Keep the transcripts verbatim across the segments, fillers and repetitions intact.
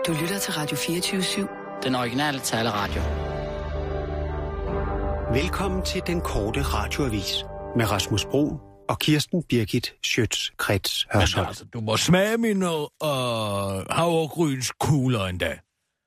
Du lytter til Radio fireogtyve syv. Den originale taleradio. Velkommen til den korte radioavis med Rasmus Bro og Kirsten Birgit Schøtz-Krets Hørsholm. Altså, du må smage mine øh, havregryns kugler en dag.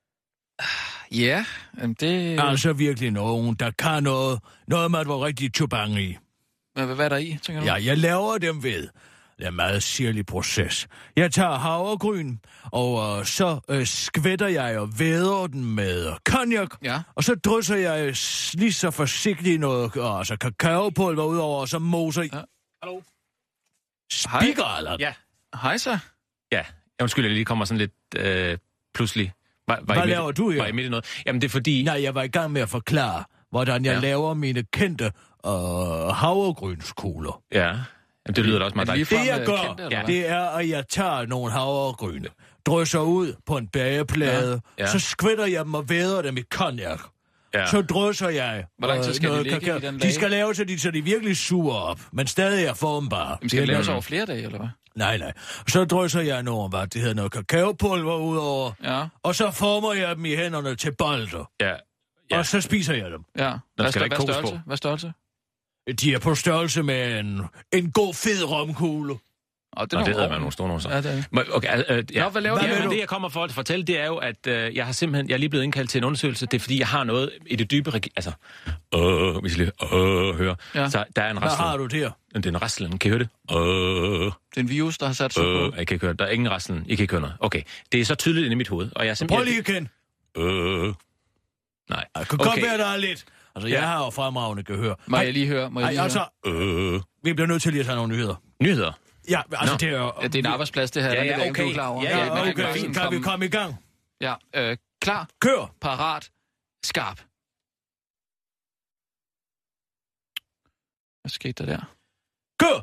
Ja, det... Altså virkelig nogen, der kan noget. Noget med at være rigtig chubang i. Hvad, hvad er der i, tænker du? Ja, jeg laver dem ved. Det er en meget sirlig proces. Jeg tager havregryn, og øh, så øh, skvætter jeg og væder den med cognac. Ja. Og så drysser jeg lige så forsigtigt noget øh, altså kakaopulver ud over, og så moser jeg... Ja. Hallo? Spikker, eller? Ja. Hej så. Ja, undskyld, jeg lige kommer sådan lidt øh, pludselig. Var, var Hvad midt, laver du her? Var I midt i noget? Jamen, det er fordi... Nej, jeg var i gang med at forklare, hvordan jeg Ja. laver mine kendte øh, havregrynskugler. Ja, jamen, det lyder da også meget Er det dejligt. lige Det jeg Frem, gør, kendte, eller ja, hvad? det er, at jeg tager nogle havregryn, drysser ud på en bageplade, Ja, ja. så skvætter jeg dem og væder dem i cognac. Ja. Så drysser jeg Hvor lang tid øh, skal de noget ligge kakao. i den De lage? skal lave, så de, så de virkelig suger op, men stadig er formbare. Jamen, skal det er laves noget- over flere dage, eller hvad? Nej, nej. Så drysser jeg nogle, hvad det hedder, noget kakaopulver ud over, Ja, og så former jeg dem i hænderne til bolder, Ja, ja. og så spiser jeg dem. ja. Hvad, skal der ikke hvad kokos på. størrelse? Hvad størrelse? De er på størrelse med en, en god, fed romkugle. Oh, det Nå, er det hedder nogle man år. nogle store nogen så. Ja, det er det. Men, okay, øh, ja. Nå, hvad laver Hvad du? vil Ja, du? det jeg kommer for at fortælle, det er jo, at øh, jeg har simpelthen, jeg er lige blevet indkaldt til en undersøgelse. Det er fordi, jeg har noget i det dybe, regi- altså, øh, hvis I lige øh, hører. Ja. Så der er en Hvad har raslen. du der? Det er en raslen, kan I høre det? Øh, Det er en virus, der har sat sig øh, på. jeg kan ikke høre det. Der er ingen raslen, I kan ikke høre noget. Okay, det er så tydeligt inde i mit hoved. Og jeg er Prøv simpelthen... lige igen. Øh, nej. Det kan godt Okay. være, der er lidt. Altså, jeg Ja. har jo fremragende gehør. Må jeg lige høre? Må jeg Ej, lige altså, høre? Øh, vi bliver nødt til lige at tage nogle nyheder. nyheder. Ja, altså, Nå. det er jo... Ja, det er en arbejdsplads, det her. Ja, den ja, er okay. du er klar over. Ja, ja, Ja, man okay, fint kan vi komme- komme i gang? Ja, øh, klar, Kør! parat, skarp. Hvad skete der der? Kør!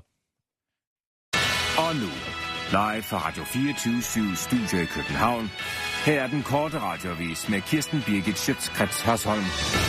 Og nu, live fra Radio fireogtyve syv Studio i København. Her er den korte radioavis med Kirsten Birgit Schøtz-Krets Hørsholm.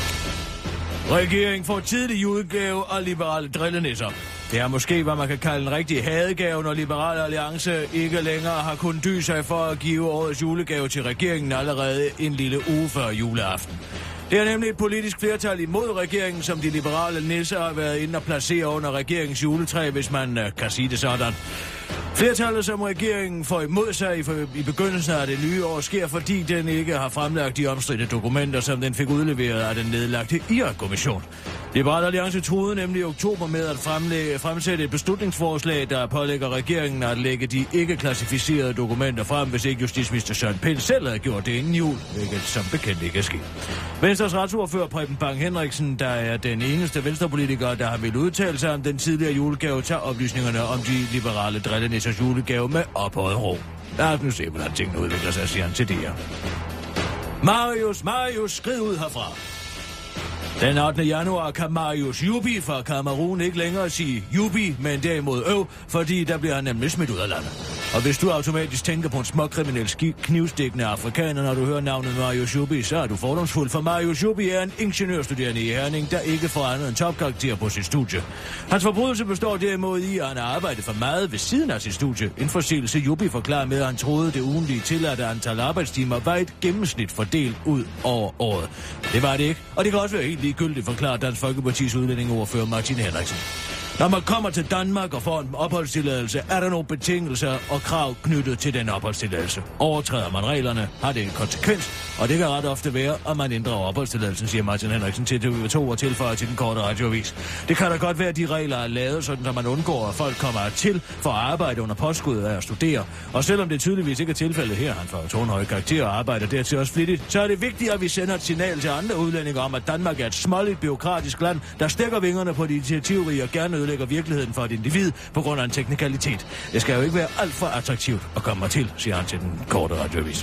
Regeringen får tidlig julegave af liberale drillenisser. Det er måske, hvad man kan kalde en rigtig hadegave, når Liberale Alliance ikke længere har kunnet dy sig for at give årets julegave til regeringen allerede en lille uge før juleaften. Det er nemlig et politisk flertal imod regeringen, som de liberale nisser har været inde og placere under regeringens juletræ, hvis man uh, kan sige det sådan. Flertallet, som regeringen får imod sig i, for, i begyndelsen af det nye år, sker, fordi den ikke har fremlagt de omstridte dokumenter, som den fik udleveret af den nedlagte Irak-kommission. Liberal Alliance troede nemlig i oktober med at fremlægge, fremsætte et beslutningsforslag, der pålægger regeringen at lægge de ikke-klassificerede dokumenter frem, hvis ikke justitsminister Søren Pind selv havde gjort det inden jul, hvilket som bekendt ikke er sket. Venstres retsordfører Preben Bang Henriksen, der er den eneste venstrepolitiker, der har vil udtale sig om den tidligere julegave, tager oplysningerne om de liberale drillenissers julegave med ophøjet ro. Lad os nu se, hvordan tingene udvikler sig, siger han til det her. Marius, Marius, skrid ud herfra. Den ottende januar kan Marius Jubi fra Kamerun ikke længere sige Jubi, men derimod øv, fordi der bliver han nemlig smidt ud af landet. Og hvis du automatisk tænker på en småkriminel ski- knivstikkende afrikaner, når du hører navnet Marius Jubi, så er du fordomsfuld, for Marius Jubi er en ingeniørstuderende i Herning, der ikke får andet end topkarakter på sit studie. Hans forbrydelse består derimod i, at han har arbejdet for meget ved siden af sit studie. En forseelse Jubi forklarer med, at han troede, det ugenlige tilladte antal arbejdstimer var et gennemsnit fordelt ud over året. Det var det ikke, og det kan også være helt ligegyldigt, forklarer Dansk Folkepartis udlændingeordfører Martin Henriksen. Når man kommer til Danmark og får en opholdstilladelse, er der nogle betingelser og krav knyttet til den opholdstilladelse. Overtræder man reglerne, har det en konsekvens, og det kan ret ofte være, at man inddrager opholdstilladelsen, siger Martin Henriksen til T V to og tilføjer til den korte radioavis. Det kan da godt være, at de regler er lavet, sådan at man undgår, at folk kommer til for at arbejde under påskud af at studere. Og selvom det tydeligvis ikke er tilfældet her, han får tårnhøje karakter og arbejder dertil også flittigt, så er det vigtigt, at vi sender et signal til andre udlændinge om, at Danmark er et småligt, bureaukratisk land, der stikker vingerne på de initiativrige og gerne ødelægger virkeligheden for et individ på grund af en teknikalitet. Det skal jo ikke være alt for attraktivt at komme hertil, siger han til den korte radioavis.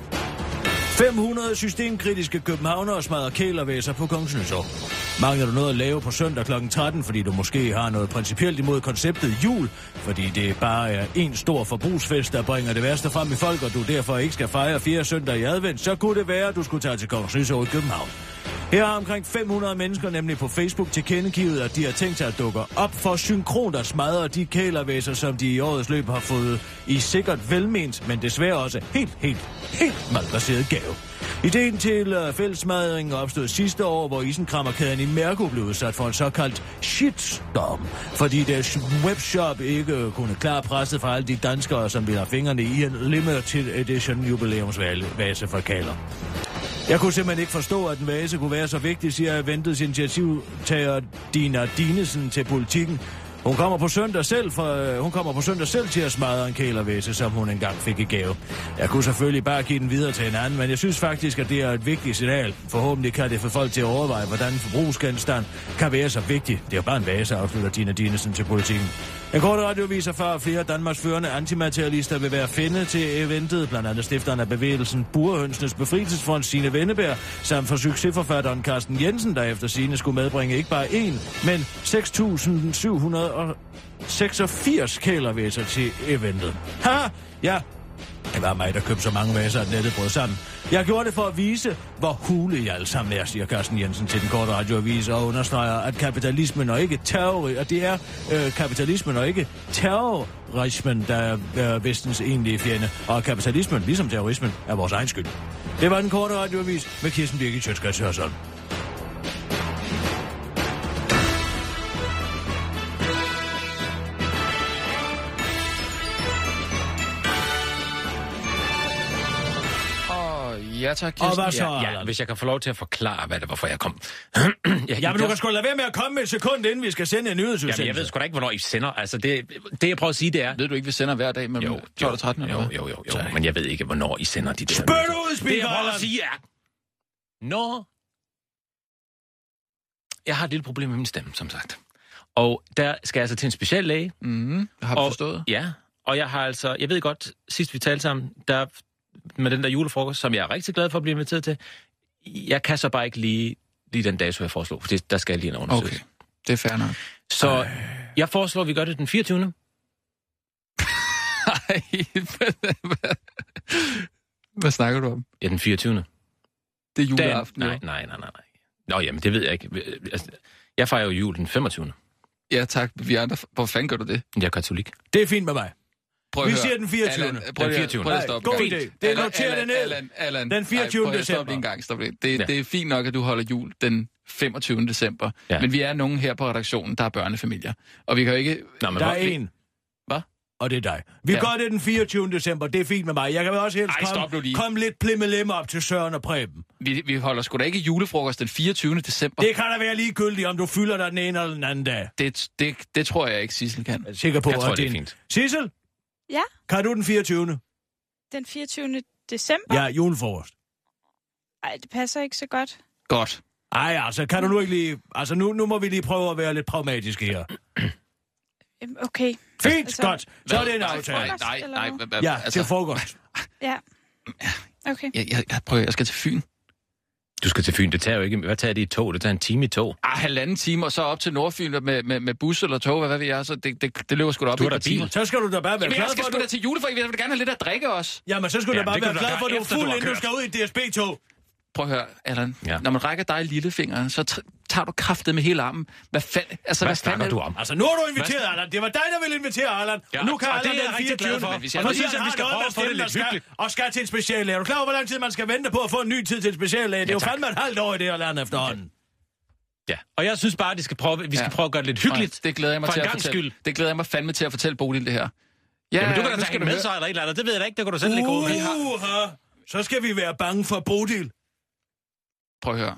fem hundrede systemkritiske københavnere smadrer kælervæser på Kongens Nytorv. Mangler du noget at lave på søndag klokken tretten, fordi du måske har noget principielt imod konceptet jul, fordi det bare er en stor forbrugsfest, der bringer det værste frem i folk, og du derfor ikke skal fejre fjerde søndag i advent, så kunne det være, at du skulle tage til Kongens Nytorv i København. Her har omkring fem hundrede mennesker nemlig på Facebook tilkendegivet, at de har tænkt sig at dukke op for synkront at smadre de kælervæser, som de i årets løb har fået i sikkert velment, men desværre også helt, helt, helt malplaceret gave. Ideen til uh, fællesmadringen opstod sidste år, hvor isenkrammerkæden i Mærko blev udsat for en såkaldt shitstorm, fordi deres webshop ikke kunne klare presset fra alle de danskere, som ville have fingrene i en limited edition jubilæumsvase for kæler. Jeg kunne simpelthen ikke forstå, at en vase kunne være så vigtig, siger Eventets initiativtager Dina Dinesen til Politikken. Hun kommer på søndag selv, for, hun kommer på søndag selv til at smadre en kælervæse, som hun engang fik i gave. Jeg kunne selvfølgelig bare give den videre til en anden, men jeg synes faktisk, at det er et vigtigt signal. Forhåbentlig kan det få folk til at overveje, hvordan forbrugsgenstand kan være så vigtig. Det er jo bare en vase, afslutter Dina Dinesen til Politikken. En kort radio viser for, at flere af Danmarks førende antimaterialister vil være finde til eventet, blandt andet stifteren af bevægelsen Burhønsenes Befrielsesfront Signe Venneberg, samt for succesforfatteren Carsten Jensen, der efter Signe skulle medbringe ikke bare én, men seks tusind syv hundrede seksogfirs kælervæser til eventet. Ha! Ja, det var mig, der købte så mange vaser, at nettet brød sammen. Jeg gjorde det for at vise, hvor hule I alle sammen er, siger Carsten Jensen til den korte radioavis, og understreger, at kapitalismen og ikke terror, og det er øh, kapitalismen og ikke terrorismen, der er øh, vestens egentlige fjende, og kapitalismen, ligesom terrorismen, er vores egen skyld. Det var den korte radioavis med Kirsten Birgit Sjøtskrets Hørsholm. Ja, tak, Og Kirsten. hvad så, Ja, ja, Allan? hvis jeg kan få lov til at forklare, hvad det var, hvorfor jeg kom. jeg, Ja, men du kan sgu lade være med at komme med et sekund, inden vi skal sende en nyhedsudsendelse. Jamen, jeg ved sgu da ikke, hvornår I sender. Altså, det, det jeg prøver at sige, det er... Ved du ikke, vi sender hver dag mellem tolv og tretten? Jo, jo, jo, jo, jo. Men jeg ved ikke, hvornår I sender de der... Spørg du ud, speaker, Det, jeg prøver Allan! at sige, er... Når... Jeg har et lille problem med min stemme, som sagt. Og der skal jeg altså til en speciel læge. Mm, jeg har og, forstået. Ja, og jeg har altså... Jeg ved godt, sidst vi talte sammen, der med den der julefrokost, som jeg er rigtig glad for at blive inviteret til, jeg kan så bare ikke lige, lige den dato, jeg foreslår, for det, der skal jeg lige en undersøgelse. Okay, det er fair nok. Så Ej. jeg foreslår, at vi gør det den fireogtyvende Ej, hvad, hvad snakker du om? Ja, den fireogtyvende Det er juleaften, nej, nej, nej, nej. Nå, jamen, det ved jeg ikke. Altså, jeg fejrer jo jul den femogtyvende Ja, tak. Vi andre, hvor fanden gør du det? Jeg er katolik. Det er fint med mig. Prøv Vi høre. siger den fireogtyvende Allan, prøv Den lige- fireogtyvende Prøv lige at stoppe. God Fint. idé. Det Allan, noterer det ned. Allan, Allan, Den fireogtyvende ej, prøv lige at stoppe december. lige en gang. Stop lige. Det, Ja. det er fint nok, at du holder jul den femogtyvende december. Ja. Men vi er nogen her på redaktionen, der er børnefamilier. Og vi kan jo ikke... Nå, men Der hvor- er en. Hvad? Og det er dig. Vi Ja. gør det den fireogtyvende december. Det er fint med mig. Jeg kan vel også helst Ej, stop nu komme, lige. komme lidt plimmelemme op til Søren og Preben. Vi, vi holder sgu da ikke julefrokost den fireogtyvende december. Det kan da være ligegyldigt, om du fylder dig den ene eller den anden dag. Det, det, det tror jeg ikke, Sissel kan. Jeg er sikker på, Jeg tror, at det er en- fint. Sissel, Ja, kan du den fireogtyvende den fireogtyvende december. Ja, julefrokost. Ej, det passer ikke så godt. Godt. Ej, altså, kan du nu ikke lige... Altså, nu, nu må vi lige prøve at være lidt pragmatiske her. Øhm, Okay. Fint, Altså, godt. Så er det en Nej, aftale. Nej, nej, eller nej. hvad? hvad- hvad- Ja, altså, til frokost. Ja. Okay. jeg, jeg, jeg, prøver, jeg skal til Fyn. Du skal til Fyn. Det tager jo ikke... Hvad tager det i tog? Det tager en time i tog. Ah, halvanden time, og så op til Nordfyn med, med, med bus eller tog, hvad, hvad ved jeg. Så det, det, det løber sgu da op Du i har et da par timer. bil. Så skal du da bare være Jamen, glad jeg skal for, sgu at da du... til julefri. Jeg vil gerne have lidt at drikke også. Jamen, så skulle du Ja, da bare det kan være du da glad for, at du gøre er efter, du fuld, har inden du kørt. skal ud i et D S B-tog. Prøv at høre, Allan. Ja. Når man rækker dig lillefingeren, så tr- tager du kraftet med hele armen. Hvad fanden... Altså, Hvad hvad snakker fanden du er- om? Altså, nu har du inviteret Allan. Det var dig, der ville invitere Allan. Ja, Og nu kan og Allan det er den jeg rigtig glad fireogtyvende for. Men hvis jeg- Og Fordi fordi at han vi har skal noget prøve med at få det stemmen, lidt og skal, hyggeligt. og skal til en speciallæge. Er du klar over, hvor lang tid man skal vente på at få en ny tid til en speciallæge? Det er jo tak. fandme et halvt år i det her land efterhånden. Ja. Og jeg synes bare, at de skal prøve, vi skal Ja. prøve at gøre det lidt hyggeligt. Nej, det glæder jeg mig For til en at gangs fortælle. skyld. Det glæder jeg mig fandme til at fortælle Bodil det her. Ja, Jamen, du kan nu da skal tage du med høre. sig eller et eller andet. Det ved jeg da ikke. Det kan du selv lægge over. Uha. Så skal vi være bange for Bodil. Prøv at høre.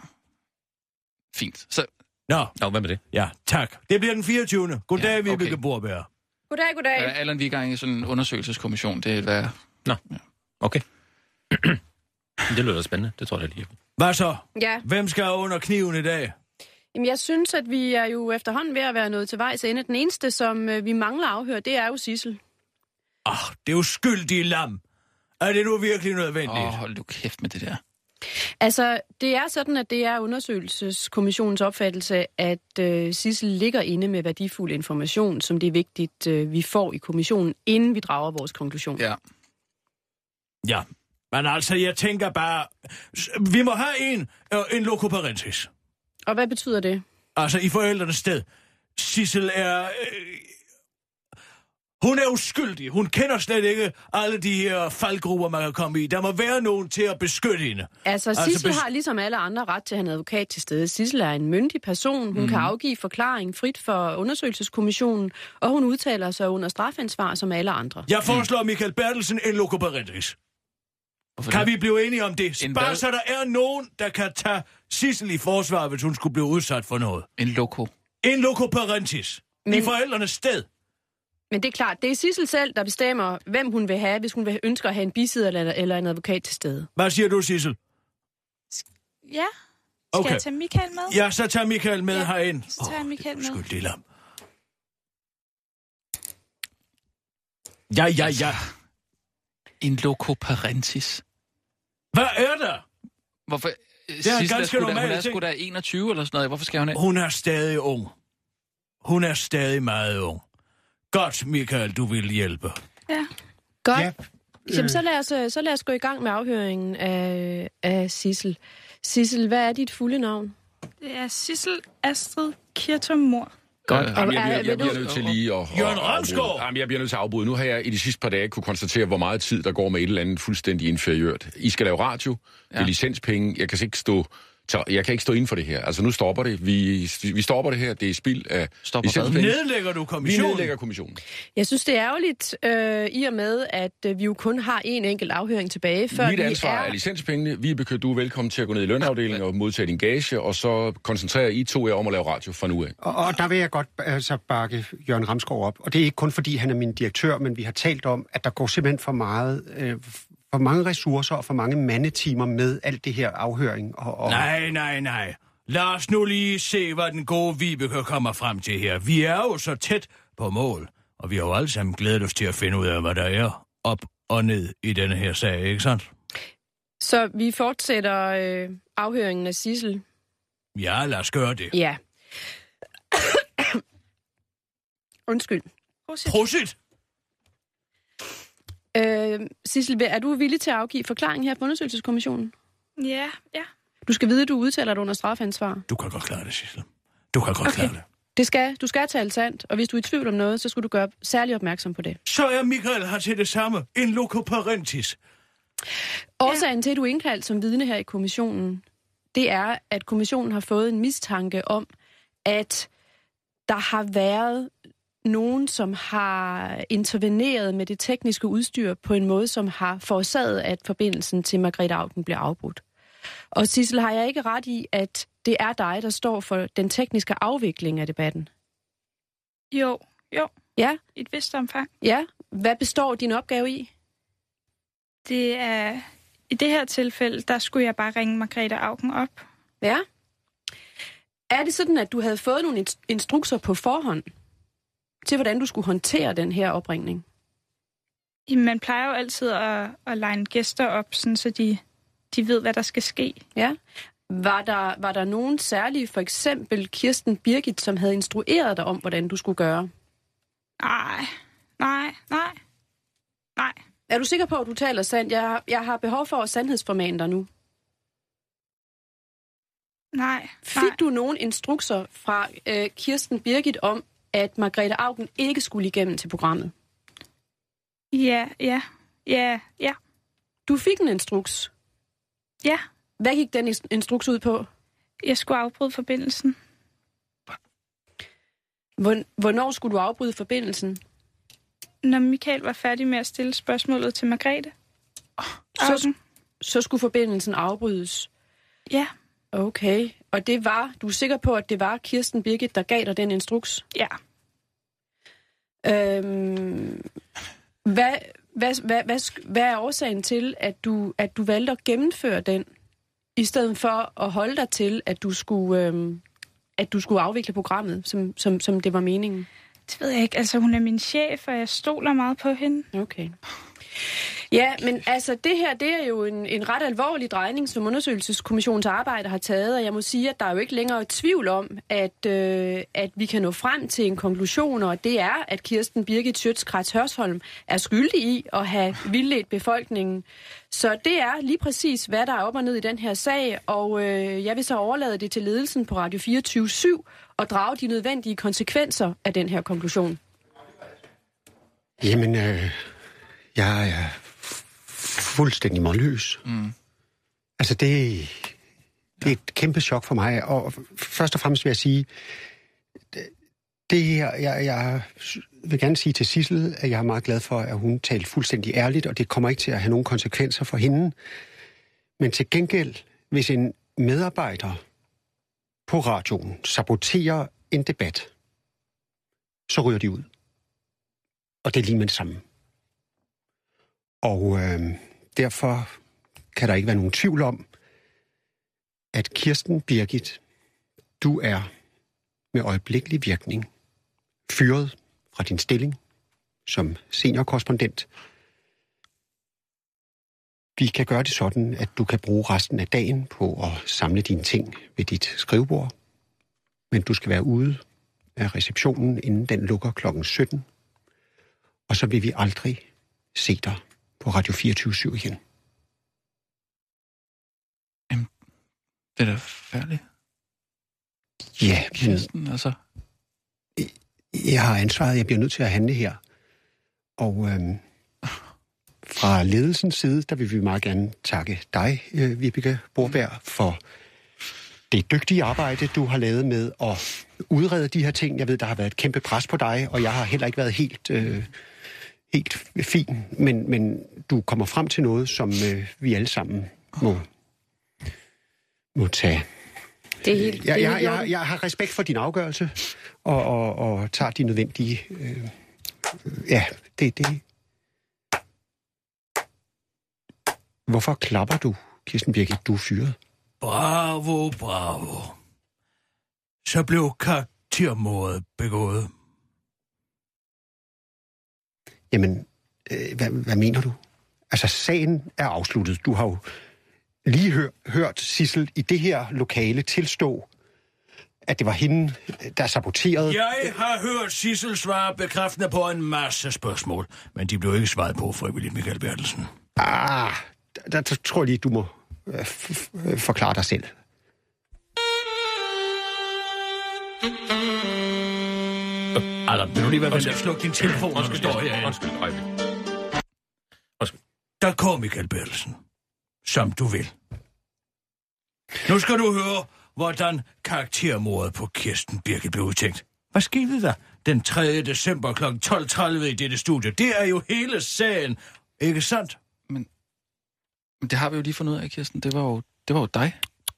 Fint. Så Nå, Nå, hvad med det? ja, tak. Det bliver den fireogtyvende Goddag, Ja, ja, okay. Vibeke Borbjerg. Goddag, goddag. er Allan, vi er i gang i sådan en undersøgelseskommission. Det er hvad... Nå, okay. Det lyder spændende. Det tror jeg lige. Hvad så? Ja, Hvem skal under kniven i dag? jamen jeg synes, at vi er jo efterhånden ved at være nået til vejs ende. Den eneste, som øh, vi mangler afhør, det er jo Sissel. Ah, det er jo skyldige lam. Er det nu virkelig nødvendigt? Åh, oh, hold du kæft med det der. Altså, det er sådan, at det er undersøgelseskommissionens opfattelse, at øh, Sissel ligger inde med værdifuld information, som det er vigtigt, øh, vi får i kommissionen, inden vi drager vores konklusion. Ja. Ja, Men altså, jeg tænker bare, vi må have en, en loco parentis. Og hvad betyder det? Altså, i forældrenes sted. Sissel er... Øh, hun er uskyldig. Hun kender slet ikke alle de her faldgrupper, man kan komme i. Der må være nogen til at beskytte hende. Altså, altså Sissel bes- har ligesom alle andre ret til at have en advokat til stede. Sissel er en myndig person. Hun mm. kan afgive forklaring frit for undersøgelseskommissionen, og hun udtaler sig under strafansvar som alle andre. Jeg foreslår Michael Bertelsen en loco parentis. Kan det? Vi blive enige om det? Bare så der er nogen, der kan tage Sissel i forsvar, hvis hun skulle blive udsat for noget. En loco. En loco parentis. Men... i forældrenes sted. Men det er klart, det er Sissel selv, der bestemmer, hvem hun vil have, hvis hun vil ønsker at have en bisidder eller, eller en advokat til stede. Hvad siger du, Sissel? Ja. Skal okay. jeg tage Michael med? Ja, så tager Michael med ja, herind. så tager jeg Michael med. Skyld det lam. Ja, ja, ja. En loco parentis. Hvad er der? Hvorfor? Det er Sissel, ganske normalt. Hun er sgu da enogtyve eller sådan noget. Hvorfor skal hun have? Hun er stadig ung. Hun er stadig meget ung. Godt, Michael, du vil hjælpe. Ja. Godt. Ja. Jamen, så, lad os, så lad os gå i gang med afhøringen af, af Sissel. Sissel, hvad er dit fulde navn? Det er Sissel Astrid Kirtum Mor. Godt. Jamen, jeg, bliver, jeg, jeg bliver nødt til lige at... Jørgen Ramsgaard! Jamen, jeg bliver nødt til at afbryde. Nu har jeg i de sidste par dage kunne konstatere, hvor meget tid der går med et eller andet fuldstændig inferiørt. I skal lave radio, ja. Det er licenspenge. Jeg kan ikke stå... Jeg kan ikke stå inden for det her. Altså, nu stopper det. Vi, vi stopper det her. Det er spild af licenspenge. Nedlægger du kommissionen? Vi nedlægger kommissionen. Jeg synes, det er ærgerligt, øh, i og med, at øh, vi jo kun har én enkelt afhøring tilbage. Før Mit ansvar er... er licenspengene. Vibeke, du er velkommen til at gå ned i lønafdelingen og modtage din gage, og så koncentrere I to jer om at lave radio fra nu af. Og, og der vil jeg godt altså, bakke Jørgen Ramsgaard op. Og det er ikke kun, fordi han er min direktør, men vi har talt om, at der går simpelthen for meget... Øh, for mange ressourcer og for mange mandetimer med alt det her afhøring. Og, og... Nej, nej, nej. Lad os nu lige se, hvad den gode Vibeke kommer frem til her. Vi er jo så tæt på mål, og vi har jo alle sammen glædet os til at finde ud af, hvad der er op og ned i denne her sag, ikke sandt? Så vi fortsætter øh, afhøringen af Sissel. Ja, lad os gøre det. Ja. Undskyld. Prosit. Prosit! Øh, Sissel, er du villig til at afgive forklaring her på undersøgelseskommissionen? Ja, ja. Du skal vide, at du udtaler dig under strafansvar. Du kan godt klare det, Sissel. Du kan godt okay. klare det. Det skal, du skal tale sandt, og hvis du er i tvivl om noget, så skal du gøre særlig opmærksom på det. Så er Michael her til det samme. En loco parentis. Årsagen ja. til, at du er indkaldt som vidne her i kommissionen, det er, at kommissionen har fået en mistanke om, at der har været nogen, som har interveneret med det tekniske udstyr på en måde, som har forårsaget, at forbindelsen til Margrethe Auken bliver afbrudt. Og Sissel, har jeg ikke ret i, at det er dig, der står for den tekniske afvikling af debatten? Jo, jo. Ja? I et vist omfang. Ja. Hvad består din opgave i? Det er... I det her tilfælde, der skulle jeg bare ringe Margrethe Auken op. Ja. Er det sådan, at du havde fået nogle instrukser på forhånd til, hvordan du skulle håndtere den her opringning? Jamen, man plejer jo altid at, at line gæster op, sådan, så de, de ved, hvad der skal ske. Ja. Var der, var der nogen særlige, for eksempel Kirsten Birgit, som havde instrueret dig om, hvordan du skulle gøre? Nej, nej, nej, nej. Er du sikker på, at du taler sandt? Jeg, jeg har behov for at sandhedsformane dig nu. Nej, Fik nej. du nogen instrukser fra øh, Kirsten Birgit om, at Margrethe Auken ikke skulle igennem til programmet? Ja, ja, ja, ja. Du fik en instruks? Ja. Hvad gik den instruks ud på? Jeg skulle afbryde forbindelsen. Hvornår skulle du afbryde forbindelsen? Når Michael var færdig med at stille spørgsmålet til Margrethe. Så, så skulle forbindelsen afbrydes? Ja. Okay, og det var, du er sikker på, at det var Kirsten Birgit, der gav dig den instruks? Ja. Øhm, hvad, hvad, hvad, hvad, hvad er årsagen til, at du, at du valgte at gennemføre den, i stedet for at holde dig til, at du skulle, øhm, at du skulle afvikle programmet, som, som, som det var meningen? Det ved jeg ikke. Altså, hun er min chef, og jeg stoler meget på hende. Okay. Ja, men altså det her, det er jo en, en ret alvorlig drejning, som undersøgelseskommissionens arbejde har taget, og jeg må sige, at der er jo ikke længere tvivl om, at, øh, at vi kan nå frem til en konklusion, og det er, at Kirsten Birgit Schiøtz Hørsholm er skyldig i at have vildledt befolkningen. Så det er lige præcis, hvad der er op og ned i den her sag, og øh, jeg vil så overlade det til ledelsen på Radio fireogtyve syv og drage de nødvendige konsekvenser af den her konklusion. Jamen, øh, jeg er fuldstændig målløs. Mm. Altså, det, det er et kæmpe chok for mig. Og først og fremmest vil jeg sige, det, det her, jeg, jeg vil gerne sige til Sissel, at jeg er meget glad for, at hun talte fuldstændig ærligt, og det kommer ikke til at have nogen konsekvenser for hende. Men til gengæld, hvis en medarbejder på radioen saboterer en debat, så ryger de ud. Og det er lige med det samme. Og øh, derfor kan der ikke være nogen tvivl om, at Kirsten Birgit, du er med øjeblikkelig virkning fyret fra din stilling som seniorkorrespondent. Vi kan gøre det sådan, at du kan bruge resten af dagen på at samle dine ting ved dit skrivebord. Men du skal være ude af receptionen, inden den lukker klokken sytten. Og så vil vi aldrig se dig på Radio fireogtyve syv igen. Jamen, det er da færdigt. Ja, Kirsten, altså. Jeg har ansvaret, jeg bliver nødt til at handle her. Og øhm, fra ledelsens side, der vil vi meget gerne takke dig, øh, Vibeke Borberg, for det dygtige arbejde, du har lavet med at udrede de her ting. Jeg ved, der har været et kæmpe pres på dig, og jeg har heller ikke været helt... Øh, helt fin, men, men du kommer frem til noget, som øh, vi alle sammen må, må tage. Det er helt, jeg, det er jeg, helt jeg, jeg har respekt for din afgørelse, og, og, og tager de nødvendige... Øh, ja, det det. Hvorfor klapper du, Kirsten Birgit? Du er fyret. Bravo, bravo. Så blev karaktermordet begået. Jamen, øh, hvad, hvad mener du? Altså, sagen er afsluttet. Du har jo lige hør, hørt Sissel i det her lokale tilstå, at det var hende, der saboterede. Jeg har hørt Sissel svare bekræftende på en masse spørgsmål, men de blev ikke svaret på frivilligt, Michael Bertelsen. Ah, der, der tror jeg lige, du må øh, f- f- forklare dig selv. Allan, vil du lige være venlig at slukke din telefon, når du står herinde? Undskyld, øjeblik. Undskyld. Der kom Michael Bertelsen, som du vil. Nu skal du høre, hvordan karaktermordet på Kirsten Birgit blev udtænkt. Hvad skete der den tredje december klokken tolv tredive i dette studie? Det er jo hele sagen, ikke sandt? Men, men det har vi jo lige fundet ud af, Kirsten. Det var jo, det var jo dig.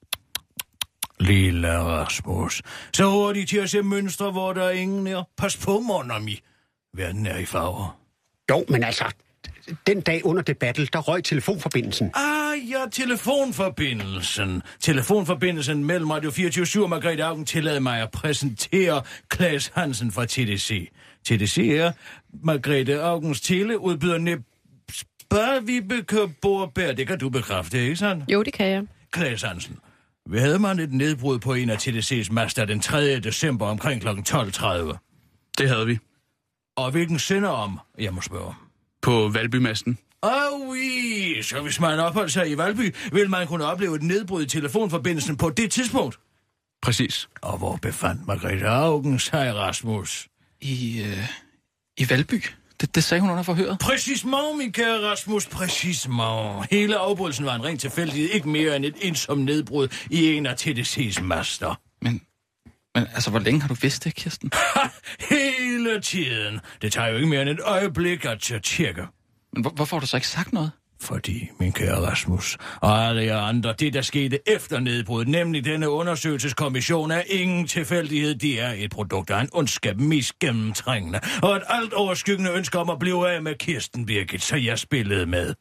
Lille Rasmus. Så hurtigt til at se mønstre, hvor der er ingen er. Pas på, mon ami. Verden er i farver. Jo, men altså, den dag under debattel, der røg telefonforbindelsen. Ah ja, telefonforbindelsen. Telefonforbindelsen mellem Radio fireogtyve syv og Margrethe Auken tillader mig at præsentere Klaas Hansen fra T D C. T D C er Margrethe Augens teleudbyder Neb... Bare Vibeke Borberg. Det kan du bekræfte, ikke sandt? Jo, det kan jeg. Klaas Hansen. Vi havde man et nedbrud på en af T D C's master den tredje december omkring klokken tolv tredive. Det havde vi. Og hvilken sender om, jeg må spørge? På Valby-masten. Ah oui, så hvis man opholdt sig i Valby, vil man kunne opleve et nedbrud i telefonforbindelsen på det tidspunkt. Præcis. Og hvor befandt Margrethe Augen sig, Rasmus? I, øh, i Valby. Det, det sagde hun under forhøret. Præcis mig, min kære Rasmus, præcis mig. Hele afbrydelsen var en ren tilfældighed, ikke mere end et ensom nedbrud i en af T D C's master. Men, men altså, hvor længe har du vidst det, Kirsten? Hele tiden. Det tager jo ikke mere end et øjeblik at tjekke. Men hvor, hvorfor har du så ikke sagt noget? Fordi, min kære Rasmus, og alle jer andre, det der skete efter nedbruddet, nemlig denne undersøgelseskommission, er ingen tilfældighed. Det er et produkt af en ondskab mest gennemtrængende, og et alt overskyggende ønske om at blive af med Kirsten Birgit, så jeg spillede med.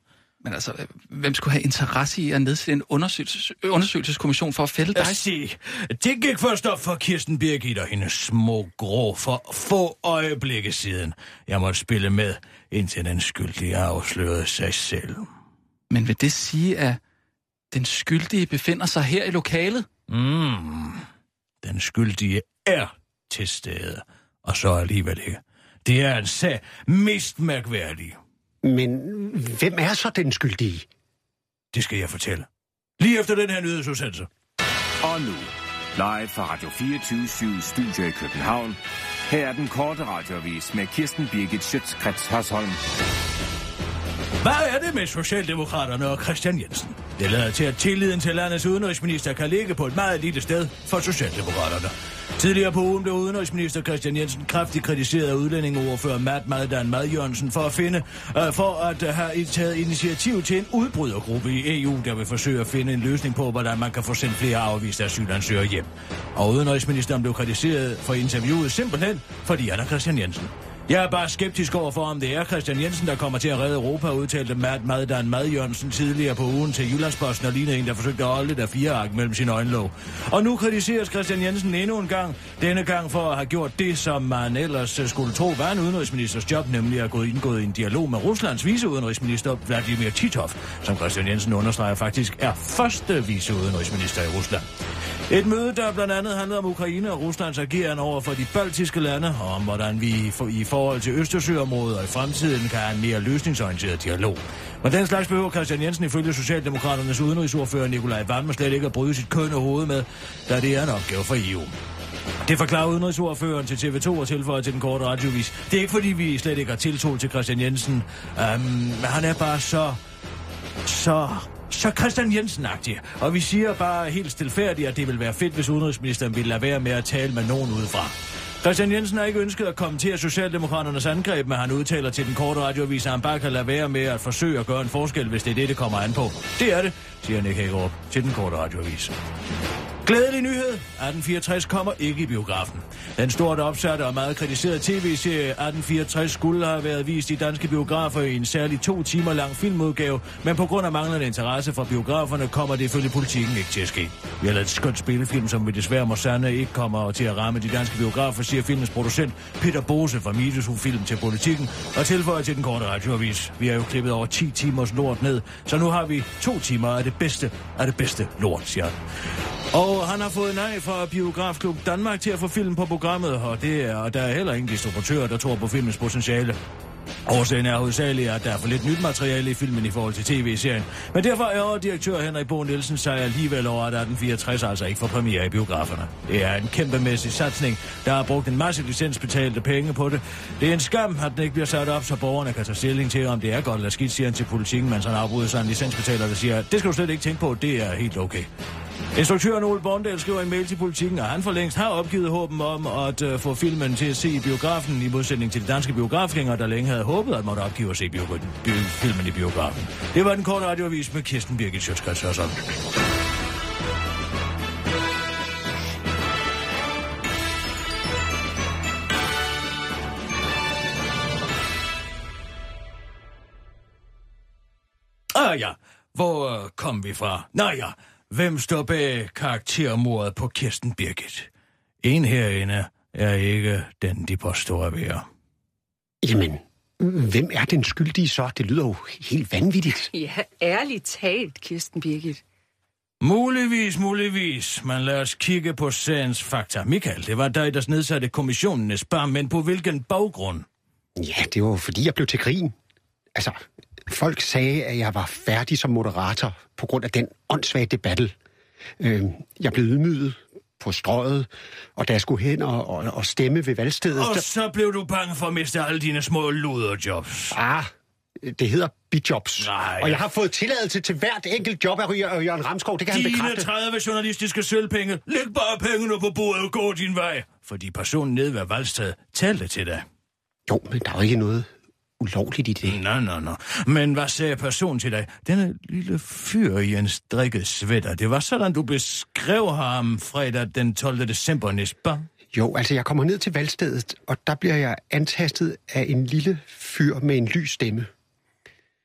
Men altså, hvem skulle have interesse i at nedsætte en undersøgelses- undersøgelseskommission for at fælde dig? Se, det gik først op for Kirsten Birgit og hendes små grå for få øjeblikke siden. Jeg måtte spille med, indtil den skyldige afslørede sig selv. Men vil det sige, at den skyldige befinder sig her i lokalet? Mm. Den skyldige er til stede, og så alligevel ikke. Det er en sag mest mærkværdig. Men hvem er så den skyldige? Det skal jeg fortælle. Lige efter den her nyhedsudsendelse. Og nu, live fra Radio fireogtyve syv Studio i København. Her er den korte radioavis med Kirsten Birgit Schøtz-Krets Hørsholm. Hvad er det med Socialdemokraterne og Christian Jensen? Det lader til, at tilliden til landets udenrigsminister kan ligge på et meget lille sted for Socialdemokraterne. Tidligere på ugen blev udenrigsminister Christian Jensen kraftigt kritiseret af udlændingeordfører Matt Madan Mad Jørgensen for at finde, uh, for at uh, have taget initiativ til en udbrydergruppe i E U, der vil forsøge at finde en løsning på, hvordan man kan få sendt flere afviste asylansøgere hjem. Og udenrigsministeren blev kritiseret for interviewet simpelthen, fordi han er Christian Jensen. Jeg er bare skeptisk over for, om det er Christian Jensen, der kommer til at redde Europa, udtalte Matt Madan Mad Jørgensen tidligere på ugen til Jyllandsposten og lignede en, der forsøgte at holde der fire ark mellem sine øjenlåg. Og nu kritiseres Christian Jensen endnu en gang, denne gang for at have gjort det, som man ellers skulle tro var en udenrigsministers job, nemlig at gå indgået i en dialog med Ruslands viceudenrigsminister Vladimir Titov, som Christian Jensen understreger faktisk er første viceudenrigsminister i Rusland. Et møde, der blandt andet handlede om Ukraine og Ruslands ageren over for de baltiske lande, og om hvordan vi i forhold til Østersøområdet og i fremtiden kan have en mere løsningsorienteret dialog. Men den slags behøver Christian Jensen ifølge Socialdemokraternes udenrigsordfører Nikolaj Wammen slet ikke at bryde sit kønne hoved med, da det er en opgave for E U. Det forklarer udenrigsordføreren til T V to og tilføjer til den korte radiovis. Det er ikke fordi, vi slet ikke har tiltro til Christian Jensen, um, men han er bare så... så... Så Christian Jensen-agtig. Og vi siger bare helt stilfærdigt, at det vil være fedt, hvis udenrigsministeren vil lade være med at tale med nogen udefra. Christian Jensen har ikke ønsket at kommentere Socialdemokraternes angreb, men han udtaler til den korte radioavis, at han bare kan lade være med at forsøge at gøre en forskel, hvis det er det, det kommer an på. Det er det, siger Nick Hagerup til den korte radioavis. Glædelig nyhed. atten fireogtres kommer ikke i biografen. Den stort opsatte og meget kritiserede tv-serie atten fireogtres skulle have været vist i danske biografer i en særlig to timer lang filmudgave, men på grund af manglende interesse fra biograferne kommer det ifølge Politikken ikke til at ske. Vi har lavet et skønt spillefilm, som vi desværre må sande ikke kommer til at ramme de danske biografer, siger filmens producent Peter Bose fra Midtjylland Film til Politikken og tilføjer til den korte radioavis. Vi har jo klippet over ti timers lort ned, så nu har vi to timer af det bedste af det bedste lort, siger han. Og han har fået nej fra Biografklub Danmark til at få film på programmet, og, det er, og der er heller ingen distributør, der tror på filmens potentiale. Årsagen er hovedsageligt, at der er for lidt nyt materiale i filmen i forhold til tv-serien. Men derfor er direktør Henrik Bo Nielsen sig alligevel over, at atten fireogtres altså ikke får premiere i biograferne. Det er en kæmpemæssig satsning, der har brugt en masse licensbetalte penge på det. Det er en skam, at den ikke bliver sat op, så borgerne kan tage stilling til, om det er godt eller skidt, siger han til Politikken, mens han afbryder sig en licensbetaler, der siger, det skal du slet ikke tænke på, det er helt okay. Instruktøren Ole Borndal skriver en mail til Politikken, og han for længst har opgivet håben om at uh, få filmen til at se i biografen, i modsætning til de danske biografgængere, der længe havde håbet at måtte opgive at se bio- bio- filmen i biografen. Det var den korte radioavis med Kirsten Birgit Schøtz-Krets Hørsholm. Ah ja, hvor uh, kom vi fra? Nå ja, hvem står bag karaktermordet på Kirsten Birgit? En herinde er ikke den, de påstår at være. Jamen, hvem er den skyldige så? Det lyder jo helt vanvittigt. Ja, ærligt talt, Kirsten Birgit. Muligvis, muligvis. Men lad os kigge på sagens fakta. Michael, det var dig, der nedsatte kommissionens bar, men på hvilken baggrund? Ja, det var fordi, jeg blev til grin. Altså, folk sagde, at jeg var færdig som moderator på grund af den åndssvage debattel. Øh, jeg blev ydmyget på strøget, og da jeg skulle hen og, og, og stemme ved valgstedet... Og der... så blev du bange for at miste alle dine små luderjobs. Ah, det hedder bijobs. Nej. Og jeg har fået tilladelse til hvert enkelt job af Jørgen Ramskov, det kan Dine han bekræfte. Dine tredive journalistiske sølvpenge, læg bare pengene på bordet og gå din vej. Fordi personen nede ved valgstedet talte til dig. Jo, men der er jo ikke noget ulovligt i det. Nå, nå, nå. Men hvad sagde personen til dig? Denne lille fyr i en strikket sweater. Det var sådan, du beskrev ham fredag den tolvte december, næstbar. Jo, altså jeg kommer ned til valgstedet, og der bliver jeg antastet af en lille fyr med en lys stemme.